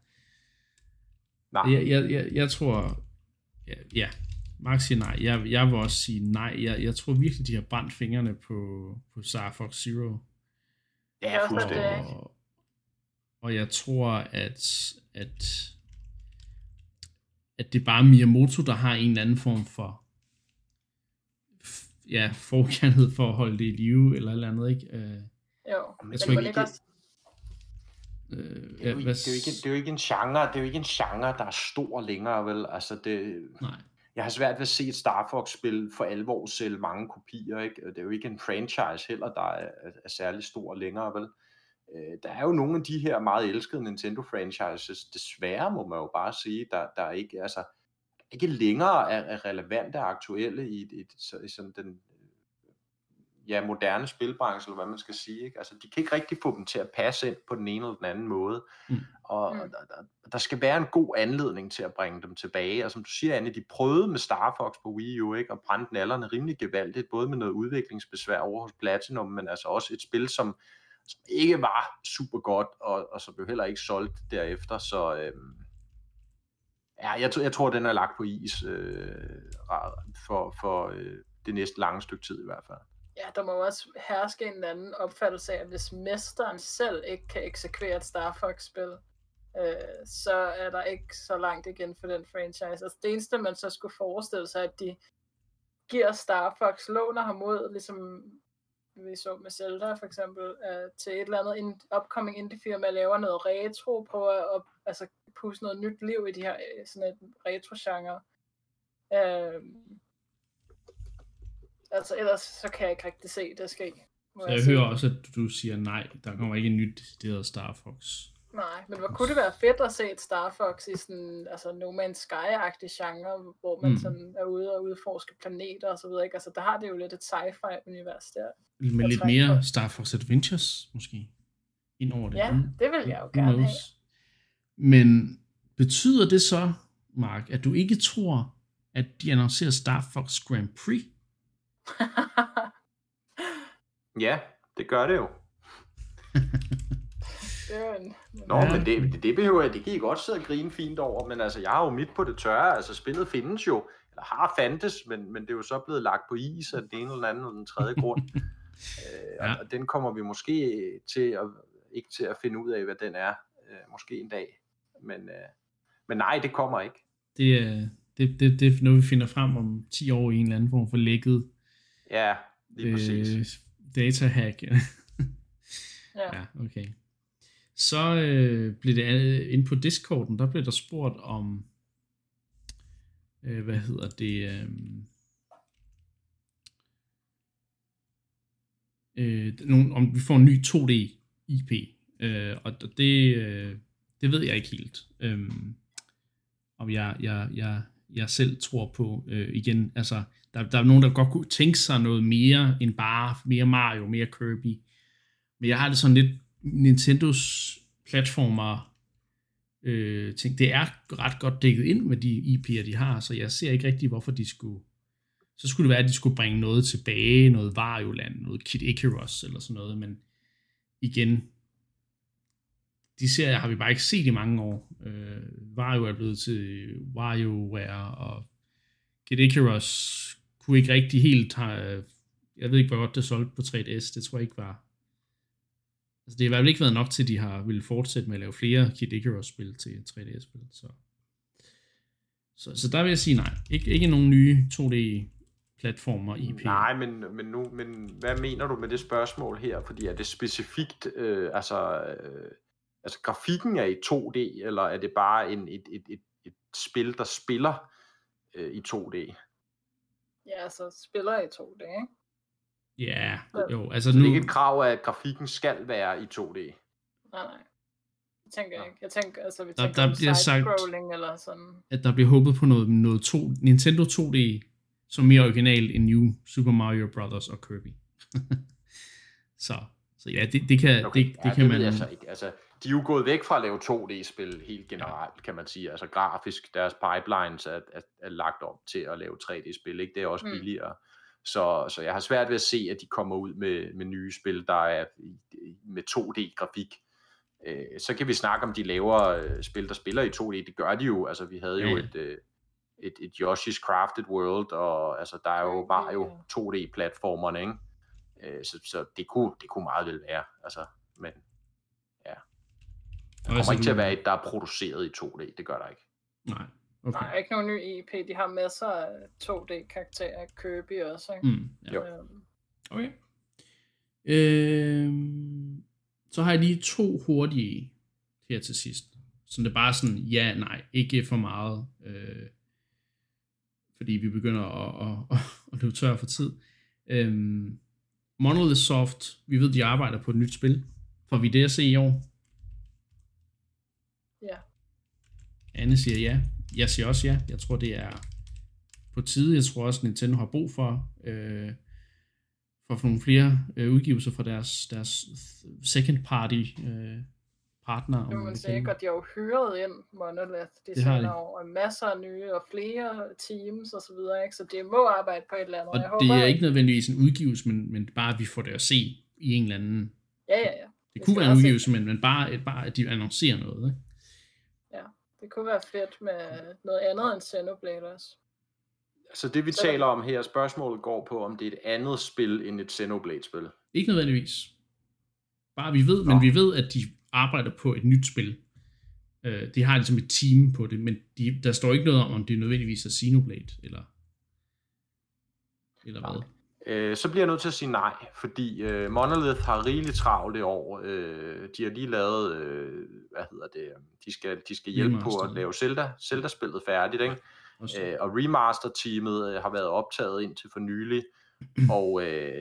jeg tror Mark siger nej, jeg vil også sige nej, jeg tror virkelig de har brændt fingrene på Star Fox Zero. Ja, fuldstændig. Og jeg tror at det er bare Miyamoto, der har en eller anden form for forkærlighed for at holde det i live, eller eller andet, ikke? Jo, jeg tror ikke også. Det er jo ikke en genre, der er stor længere, vel? Altså nej. Jeg har svært ved at se et Star Fox-spil for alvor sælge mange kopier, ikke? Det er jo ikke en franchise heller, der er særlig stor længere, vel? Der er jo nogle af de her meget elskede Nintendo-franchises, desværre må man jo bare sige, der ikke, altså, ikke længere er relevante og aktuelle i sådan den moderne spilbranche, eller hvad man skal sige. Ikke? Altså, de kan ikke rigtig få dem til at passe ind på den ene eller den anden måde. Og der skal være en god anledning til at bringe dem tilbage. Og som du siger, Anne, de prøvede med Star Fox på Wii U, ikke? Og brændte nallerne rimelig gevaldigt, både med noget udviklingsbesvær over hos Platinum, men altså også et spil, som ikke var super godt, og så blev heller ikke solgt derefter. Så jeg tror, den er lagt på is for det næste lange stykke tid i hvert fald. Ja, der må også herske en anden opfattelse af, at hvis mesteren selv ikke kan eksekvere et Star Fox-spil, så er der ikke så langt igen for den franchise. Altså det eneste, man så skulle forestille sig, at de giver Star Fox, låner ham ud, ligesom vi så med Zelda for eksempel, til et eller andet upcoming indie-firma, laver noget retro, prøver at pusse noget nyt liv i de her sådan et retro-genre. Altså ellers så kan jeg ikke rigtig se det ske. Så jeg hører også, at du siger nej, der kommer ikke en nyt decideret Star Fox. Nej, men hvor kunne det være fedt at se et Star Fox i sådan, altså No Man's Sky-agtig genre, hvor man sådan er ude og udforske planeter og så videre, ikke? Altså der har det jo lidt et sci-fi-univers der. Men lidt mere Star Fox Adventures, måske, ind over det. Ja, det vil jeg jo gerne have. Men betyder det så, Mark, at du ikke tror, at de annoncerer Star Fox Grand Prix? Ja, det gør det jo. Nå, Ja. men det behøver jeg, det kan I godt sidde og grine fint over, men altså, jeg har jo midt på det tørre, altså spillet findes jo, eller har fandtes, men det er jo så blevet lagt på is af den ene eller anden eller den tredje grund. Og den kommer vi måske ikke til at finde ud af, hvad den er, måske en dag, men nej, det kommer ikke. Det er noget, vi finder frem om 10 år i en eller anden form for lækket Ja, lige præcis. Datahack. Ja, okay. Så blev det inde på Discorden, der blev der spurgt om, om vi får en ny 2D-IP, og det ved jeg ikke helt. Om jeg selv tror på igen, altså der er nogen, der godt kunne tænke sig noget mere end bare mere Mario, mere Kirby, men jeg har det sådan lidt Nintendos platformer ting, det er ret godt dækket ind med de IP'er, de har, så jeg ser ikke rigtig, hvorfor de skulle, så skulle det være, at de skulle bringe noget tilbage, noget Wario Land, noget Kid Icarus eller sådan noget, men igen, de serier har vi bare ikke set i mange år. Wario er blevet til WarioWare, og Kid Icarus kunne ikke rigtig helt have, jeg ved ikke, hvor godt det solgte på 3DS, det tror jeg ikke var. Altså det har i hvert fald ikke været nok til, at de har ville fortsætte med at lave flere Kid Icarus-spil til 3DS-spil. Så der vil jeg sige nej. Ikke nogen nye 2D-platformer IP. Nej, men hvad mener du med det spørgsmål her? Fordi er det specifikt, altså grafikken er i 2D, eller er det bare et spil, der spiller i 2D? Ja, altså spiller i 2D, ikke? Ja, jo, altså så nu... det er ikke et krav, at grafikken skal være i 2D? Nej. Det tænker jeg ikke. Jeg tænker, altså vi der tænker bliver sagt, eller sådan. At der bliver håbet på noget Nintendo 2D, som mere original end New Super Mario Brothers og Kirby. så ja, det kan, okay, det kan man... Det altså ikke. Altså, de er jo gået væk fra at lave 2D-spil helt generelt, kan man sige. Altså grafisk, deres pipelines er lagt op til at lave 3D-spil, ikke? Det er også billigere. Så jeg har svært ved at se, at de kommer ud med nye spil, der er med 2D-grafik. Så kan vi snakke om de laver spil, der spiller i 2D. Det gør de jo. Altså, vi havde jo et Yoshi's Crafted World, og altså, der er jo Mario 2D-platformerne, ikke? Så det kunne meget vel være. Altså, men ja. Det kommer ikke til at være et, der er produceret i 2D. Det gør der ikke. Nej. Okay. Nej, ikke nogen ny IP. De har masser af 2D-karakterer. Kirby også, ikke? Ja. Okay. Så har jeg lige 2 hurtige her til sidst. Så det er bare sådan, ja, nej, ikke for meget. Fordi vi begynder at løbe tør for tid. Monolith Soft, vi ved, de arbejder på et nyt spil. Får vi det at se i år? Ja. Anne siger ja. Jeg siger også ja. Jeg tror, det er på tide. Jeg tror også, Nintendo har brug for for at få nogle flere udgivelser fra deres second party partner. Det må man sige, og de har jo hyret ind Monolith de senere år, og masser af nye og flere teams og så videre, ikke? Så det må arbejde på et eller andet. Og jeg det håber, er ikke nødvendigvis en udgivelse, men bare at vi får det at se i en eller anden... Ja. Det kunne være en udgivelse, men bare at de annoncerer noget, ikke? Ja, det kunne være fedt med noget andet end Xenoblade også. Så det vi taler om her, spørgsmålet går på, om det er et andet spil end et Xenoblade-spil. Ikke nødvendigvis. Bare vi ved, men vi ved, at de arbejder på et nyt spil. De har ligesom et team på det, men der står ikke noget om det nødvendigvis er Xenoblade, eller hvad. Så bliver jeg nødt til at sige nej, fordi Monolith har rigeligt travlt i år. De har lige lavet, de skal hjælpe på at lave Zelda-spillet færdigt, ikke? Og remaster-teamet har været optaget indtil for nylig, og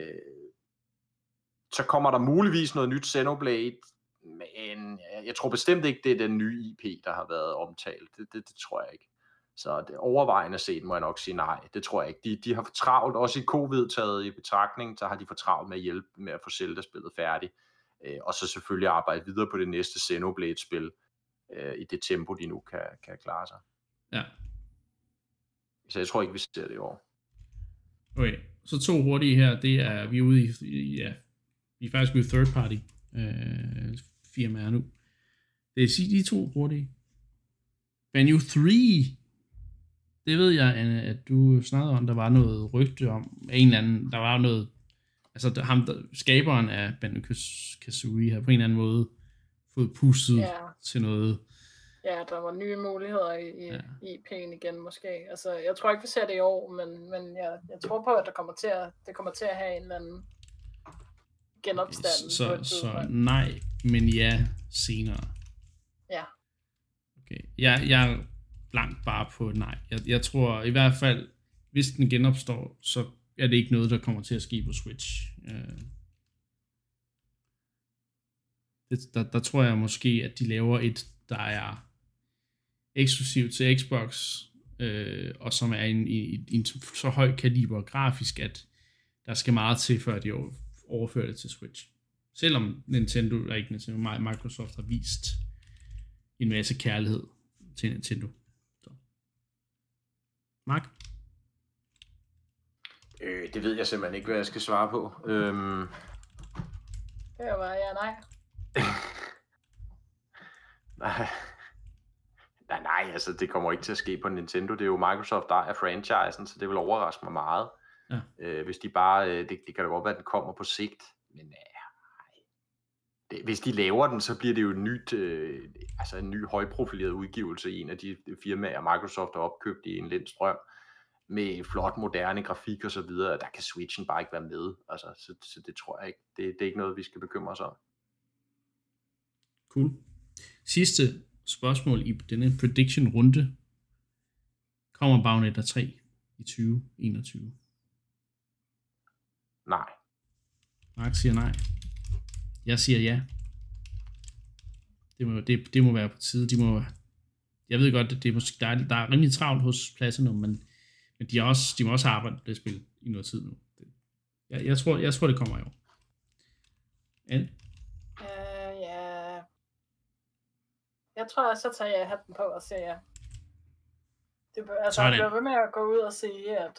så kommer der muligvis noget nyt Xenoblade, men jeg tror bestemt ikke, det er den nye IP, der har været omtalt. Det tror jeg ikke. Så det overvejende set må jeg nok sige nej. Det tror jeg ikke. De har for travlt, også i covid taget i betragtning, så har de for travlt med at hjælpe med at få Zelda-spillet færdigt. Og så selvfølgelig arbejde videre på det næste Xenoblade-spil i det tempo, de nu kan klare sig. Ja. Så jeg tror ikke, vi ser det i år. Okay, så 2 hurtige her, det er, vi er ude vi er faktisk ude i third party firmaer nu. Det er de 2 hurtige. Banjo 3, det ved jeg, Anne, at du snakkede om, der var noget rygte om, en eller anden, der var noget, altså skaberen af Banjo-Kazooie har på en eller anden måde fået pustet til noget. Ja, der var nye muligheder i IP'en igen måske. Altså, jeg tror ikke, vi ser det i år, men jeg tror på, at det kommer til at have en eller anden genopstand. Så nej, men ja, senere. Ja. Okay, jeg er blankt bare på nej. Jeg tror i hvert fald, hvis den genopstår, så er det ikke noget, der kommer til at ske på Switch. Der tror jeg måske, at de laver et, der er eksklusivt til Xbox, og som er i en så høj kaliber grafisk, at der skal meget til, før de overfører det til Switch. Selvom Microsoft har vist en masse kærlighed til Nintendo. Så. Mark? Det ved jeg simpelthen ikke, hvad jeg skal svare på. Det var ja, nej. Nej, altså det kommer ikke til at ske på Nintendo. Det er jo Microsoft, der er franchisen, så det vil overraske mig meget. Ja. Hvis de bare, det kan da godt være, at den kommer på sigt, men hvis de laver den, så bliver det jo en ny højprofileret udgivelse i en af de firmaer, Microsoft har opkøbt i en lind strøm, med flot, moderne grafik og så videre. Der kan Switchen bare ikke være med. Altså, så det tror jeg ikke. Det er ikke noget, vi skal bekymre os om. Cool. Sidste spørgsmål i denne prediction-runde. Kommer Bayonetta 3 i 2021? Nej. Mark siger nej. Jeg siger ja. Det må være på tide. Jeg ved godt, at det er måske, der er rimelig travlt hos Platinum, men de må også arbejde på det spil i noget tid nu. Jeg tror det kommer i år. Anne? Ja. Jeg tror, så tager jeg hatten på og siger ja. Jeg bliver ved med at gå ud og sige, at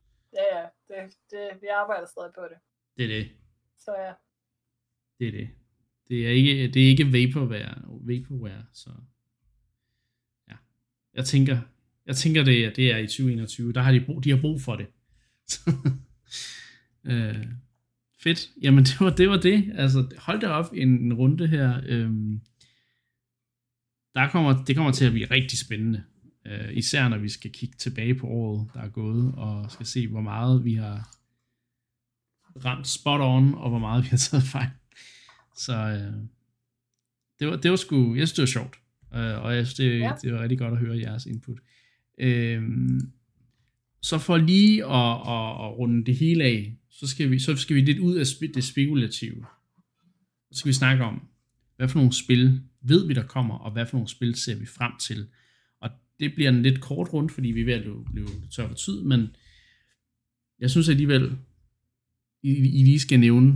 vi arbejder stadig på det. Det er det. Så ja. Det er det. Det er ikke vaporware, så ja. Jeg tænker det er i 2021. Der har de har brug for det. Fedt. Jamen det var det. Altså hold da op en runde her. Det kommer til at blive rigtig spændende. Især når vi skal kigge tilbage på året, der er gået, og skal se, hvor meget vi har ramt spot on, og hvor meget vi har taget fejl. Så det var sgu, jeg synes det var sjovt, og jeg synes det var rigtig godt at høre jeres input. Så for lige at runde det hele af, så skal vi lidt ud af det spekulative. Så skal vi snakke om, hvad for nogle spil ved vi der kommer, og hvad for nogle spil ser vi frem til. Og det bliver en lidt kort rundt, fordi vi er ved at blive tør for tid, men jeg synes alligevel, I lige skal nævne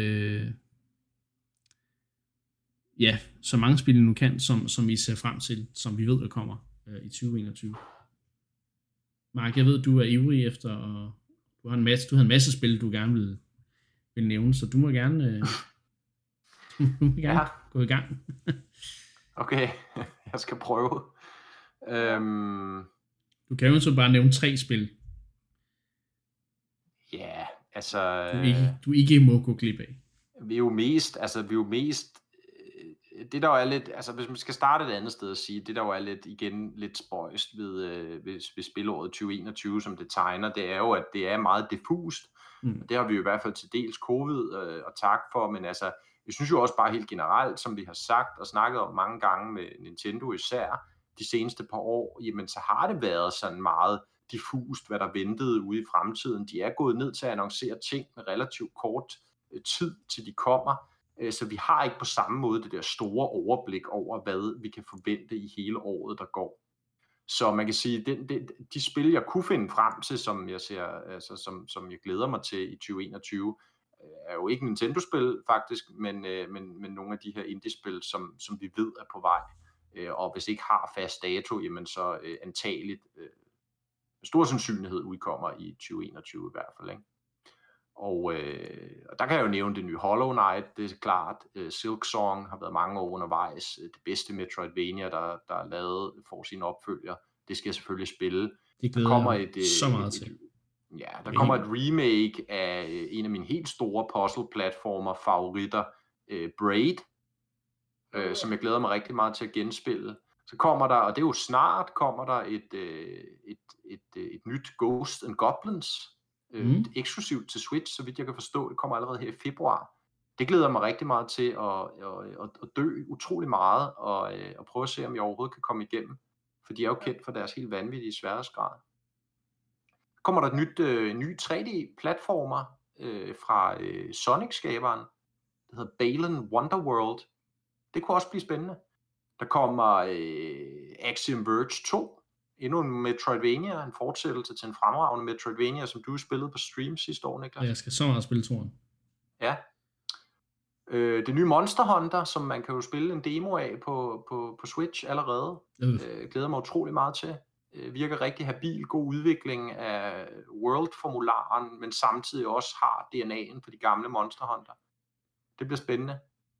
så mange spil I nu kan, som I ser frem til, som vi ved, der kommer i 2021. Mark, jeg ved, du er ivrig efter, og du har en masse spil, du gerne vil nævne, så du må gerne, gå i gang. Okay, jeg skal prøve. Du kan jo så bare nævne 3 spil. Ja, altså... Du ikke må gå glip af. Vi er jo mest... Det der jo er lidt... Altså, hvis man skal starte et andet sted at sige, det der jo er lidt spøjst ved spilåret 2021, som det tegner, det er jo, at det er meget diffust. Det har vi jo i hvert fald til dels covid og tak for, men altså, jeg synes jo også bare helt generelt, som vi har sagt og snakket om mange gange med Nintendo især, de seneste par år, jamen så har det været sådan meget diffust, hvad der ventede ude i fremtiden. De er gået ned til at annoncere ting med relativt kort tid, til de kommer, så vi har ikke på samme måde det der store overblik over, hvad vi kan forvente i hele året, der går. Så man kan sige, de spil, jeg kunne finde frem til, som jeg ser, altså, som jeg glæder mig til i 2021, er jo ikke Nintendo-spil faktisk, men nogle af de her indie-spil, som vi ved er på vej. Og hvis ikke har fast dato, jamen så antageligt med stor sandsynlighed udkommer i 2021 i hvert fald, ikke? Og der kan jeg jo nævne det nye Hollow Knight, det er klart. Silksong har været mange år undervejs. Det bedste Metroidvania, der er lavet, får sine opfølger. Det skal jeg selvfølgelig spille. Det glæder jeg så meget til. Der kommer et remake af en af mine helt store puzzle-platformer favoritter, Braid, som jeg glæder mig rigtig meget til at genspille. Så kommer der, og det er jo snart, kommer der et nyt Ghosts and Goblins, eksklusivt til Switch, så vidt jeg kan forstå. Det kommer allerede her i februar. Det glæder mig rigtig meget til at dø utrolig meget, og prøve at se, om jeg overhovedet kan komme igennem. For de er jo kendt for deres helt vanvittige sværhedsgrad. Kommer der et ny 3D-platformer fra Sonic-skaberen. Det hedder Balan Wonderworld. Det kunne også blive spændende. Der kommer Axiom Verge 2. Endnu en Metroidvania, en fortsættelse til en fremragende Metroidvania, som du spillede på stream sidste år, Niklas. Jeg skal så meget spille turen. Ja. Det nye Monster Hunter, som man kan jo spille en demo af på Switch allerede. Glæder mig utrolig meget til. Virker rigtig habil, god udvikling af World-formularen, men samtidig også har DNA'en for de gamle Monster Hunter. Det bliver spændende.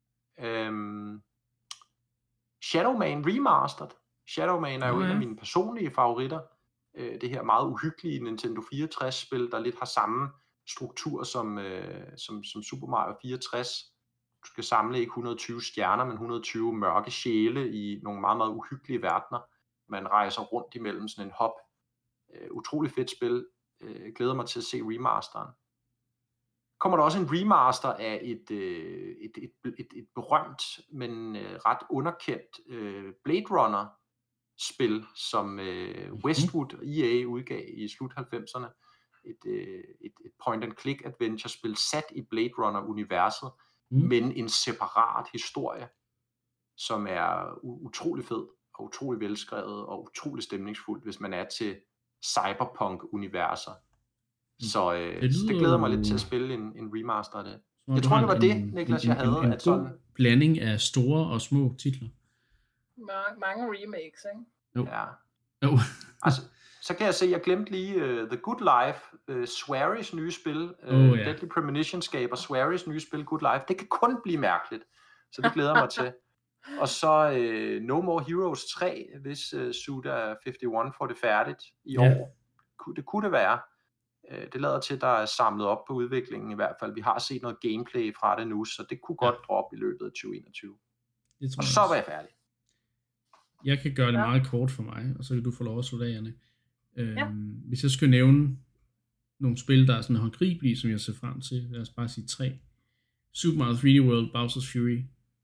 Shadow Man Remastered. Shadow Man er jo en af mine personlige favoritter. Det her meget uhyggelige Nintendo 64-spil, der lidt har samme struktur som Super Mario 64. Du skal samle ikke 120 stjerner, men 120 mørke sjæle i nogle meget, meget uhyggelige verdener. Man rejser rundt imellem sådan en hop. Utrolig fedt spil. Glæder mig til at se remasteren. Kommer der også en remaster af et berømt, men ret underkendt Blade Runner spil, som Westwood og EA udgav i slut 90'erne. Et point-and-click adventure-spil sat i Blade Runner-universet, men en separat historie, som er utrolig fed og utrolig velskrevet og utrolig stemningsfuld, hvis man er til cyberpunk-universer. Så det glæder mig lidt til at spille en remaster af det. Jeg tror, det var det, Niklas, jeg havde. En god blanding af store og små titler. Mange remakes, ikke? Jo. Ja. Altså, så kan jeg se, at jeg glemte lige The Good Life, Swery's nye spil. Deadly Premonition skaber Swery's nye spil, Good Life. Det kan kun blive mærkeligt, så det glæder mig til. Og så No More Heroes 3, hvis Suda51 får det færdigt i år. Det kunne det være. Det lader til, at der er samlet op på udviklingen i hvert fald. Vi har set noget gameplay fra det nu, så det kunne godt droppe i løbet af 2021. Og så var jeg færdig. Jeg kan gøre det meget kort for mig, og så kan du få lov at slutte af, Hvis jeg skal nævne nogle spil, der er sådan håndgribelige, som jeg ser frem til, lad os bare sige 3. Super Mario 3D World, Bowser's Fury.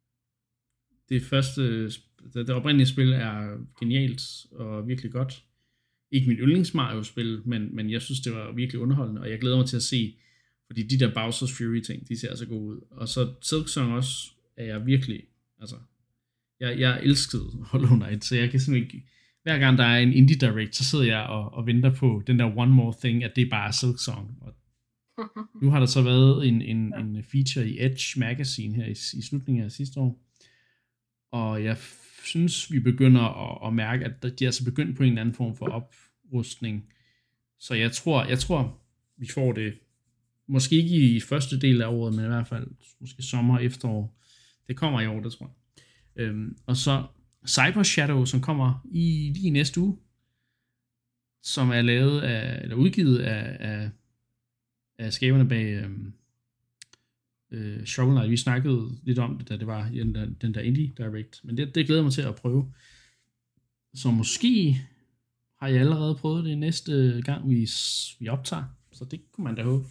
Det oprindelige spil er genialt og virkelig godt. Ikke mit yndlings Mario-spil, men jeg synes, det var virkelig underholdende, og jeg glæder mig til at se, fordi de der Bowser's Fury-ting, de ser så gode ud. Og så Silksong også, er jeg virkelig, altså, jeg elskede Hollow Knight, så jeg kan simpelthen ikke, hver gang der er en Indie Direct, så sidder jeg og venter på den der One More Thing, at det er bare Silksong. Og Nu har der så været en feature i Edge Magazine her i slutningen af sidste år, og jeg synes, vi begynder at mærke, at de er altså begyndt på en eller anden form for oprustning. Så jeg tror, vi får det, måske ikke i første del af året, men i hvert fald måske sommer, efterår. Det kommer i år, det tror jeg. Og så Cyber Shadow, som kommer lige næste uge, som er lavet af, eller udgivet af skaberne bag Shovel Knight. Vi snakkede lidt om det, da det var den der Indie Direct, men det glæder jeg mig til at prøve. Så måske har jeg allerede prøvet det næste gang, vi optager, så det kunne man da håbe.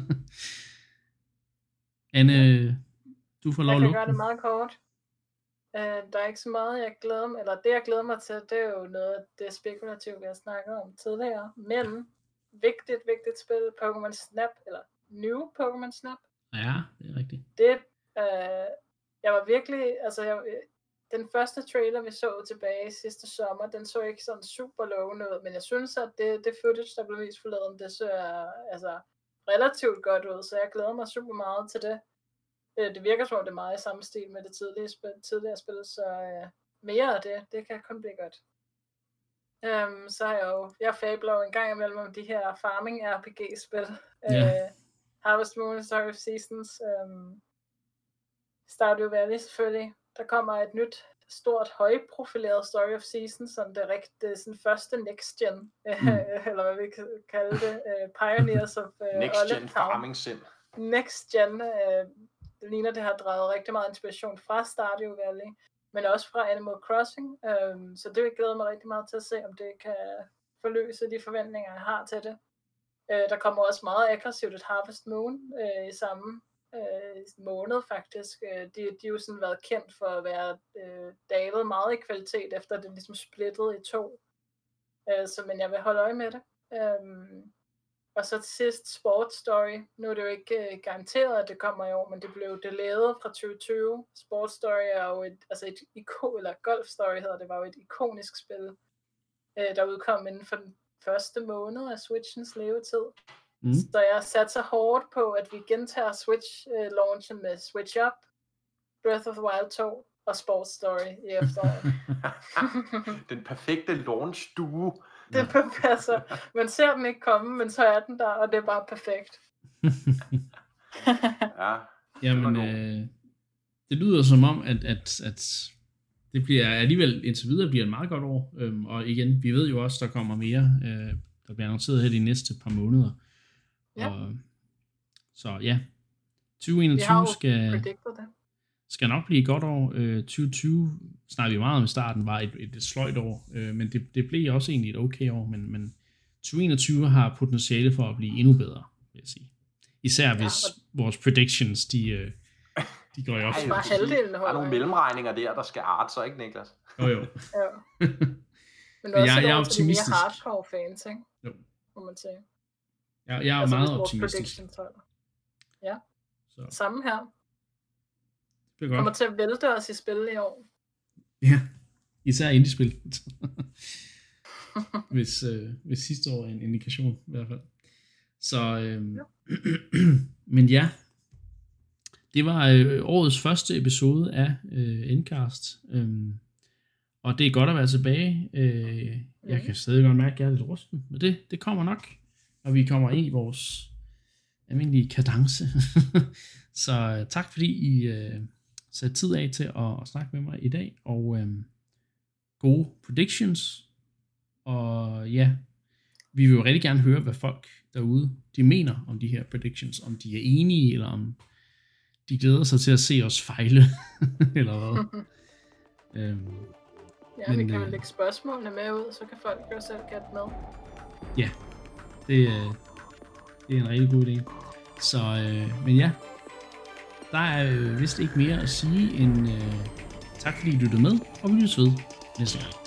Anne, du får lov at lukke. Jeg kan gøre det meget kort. Der er ikke så meget, jeg glæder mig til, det er jo noget af det spekulative, vi har snakket om tidligere, men vigtigt spil, Pokémon Snap, eller New Pokémon Snap. Ja, det er rigtigt. Det, jeg var virkelig, den første trailer, vi så tilbage sidste sommer, den så ikke sådan super lovende ud, men jeg synes, at det footage, der blev vist forleden, det så relativt godt ud, så jeg glæder mig super meget til det. Det virker som om det er meget i samme stil med det tidligere spil, så mere af det kan kun blive godt. Så har jeg fabler jo en gang imellem om de her farming RPG-spil. Harvest Moon, Story of Seasons, Stardew Valley selvfølgelig. Der kommer et nyt, stort, højprofileret Story of Seasons, som det er sådan første next gen, eller hvad vi kan kalde det, Pioneers of Next gen farming sim. Next gen, det ligner, det har drejet rigtig meget inspiration fra Stardew Valley, men også fra Animal Crossing, så det glæder mig rigtig meget til at se, om det kan forløse de forventninger, jeg har til det. Der kommer også meget aggressivt et Harvest Moon i samme måned faktisk. De er jo sådan været kendt for at være dalet meget i kvalitet, efter det ligesom splittet i 2. Men jeg vil holde øje med det. Og så til sidst Sports Story. Nu er det jo ikke garanteret, at det kommer i år, men det blev delayet fra 2020. Sports Story er jo eller Golf Story hedder det, var jo et ikonisk spil, der udkom inden for den første måned af Switchens levetid. Så jeg satser hårdt på, at vi gentager Switch-launchen med Switch Up, Breath of the Wild 2 og Sports Story i efteråret. Den perfekte launch-duo. Det passer. Man ser den ikke komme, men så er den der, og det er bare perfekt. Ja. Jamen, det lyder som om, at det bliver alligevel indtil videre bliver en meget godt år. Og igen, vi ved jo også, der kommer mere, der bliver annonceret her de næste par måneder. Ja. Og, så ja, 2021 skal nok blive et godt år. 2020 snakker vi meget om i starten, var et sløjt år, men det blev også egentlig et okay år, men 2021 har potentiale for at blive endnu bedre, vil jeg sige. Især hvis vores predictions, de går i op. Der er nogle mellemregninger der skal arte sig, ikke Niklas? Jo. Ja. Men jeg er optimistisk. Mere hardcore fans, ikke? Jo. Må man sige. Jeg er meget optimistisk. Ja, så. Samme her. Det godt. Kommer til at vælte os i spil i år. Ja, især indie-spil. hvis sidste år er en indikation i hvert fald. Så, men ja, det var årets første episode af Endcast. Og det er godt at være tilbage. Jeg kan stadig godt mærke, at jeg er lidt rusten, men det kommer nok, når vi kommer ind i vores almindelige kadence. Så tak fordi I satte tid af til at snakke med mig i dag, og gode predictions. Og ja, vi vil jo rigtig gerne høre, hvad folk derude de mener om de her predictions, om de er enige, eller om de glæder sig til at se os fejle, eller hvad. Ja, vi kan vel lægge spørgsmålene med ud, så kan folk jo selv gætte med. Ja, det er en rigtig god idé. Så, men ja, der er vist ikke mere at sige end tak fordi I lyttede med, og vi lyttes ved næste gang.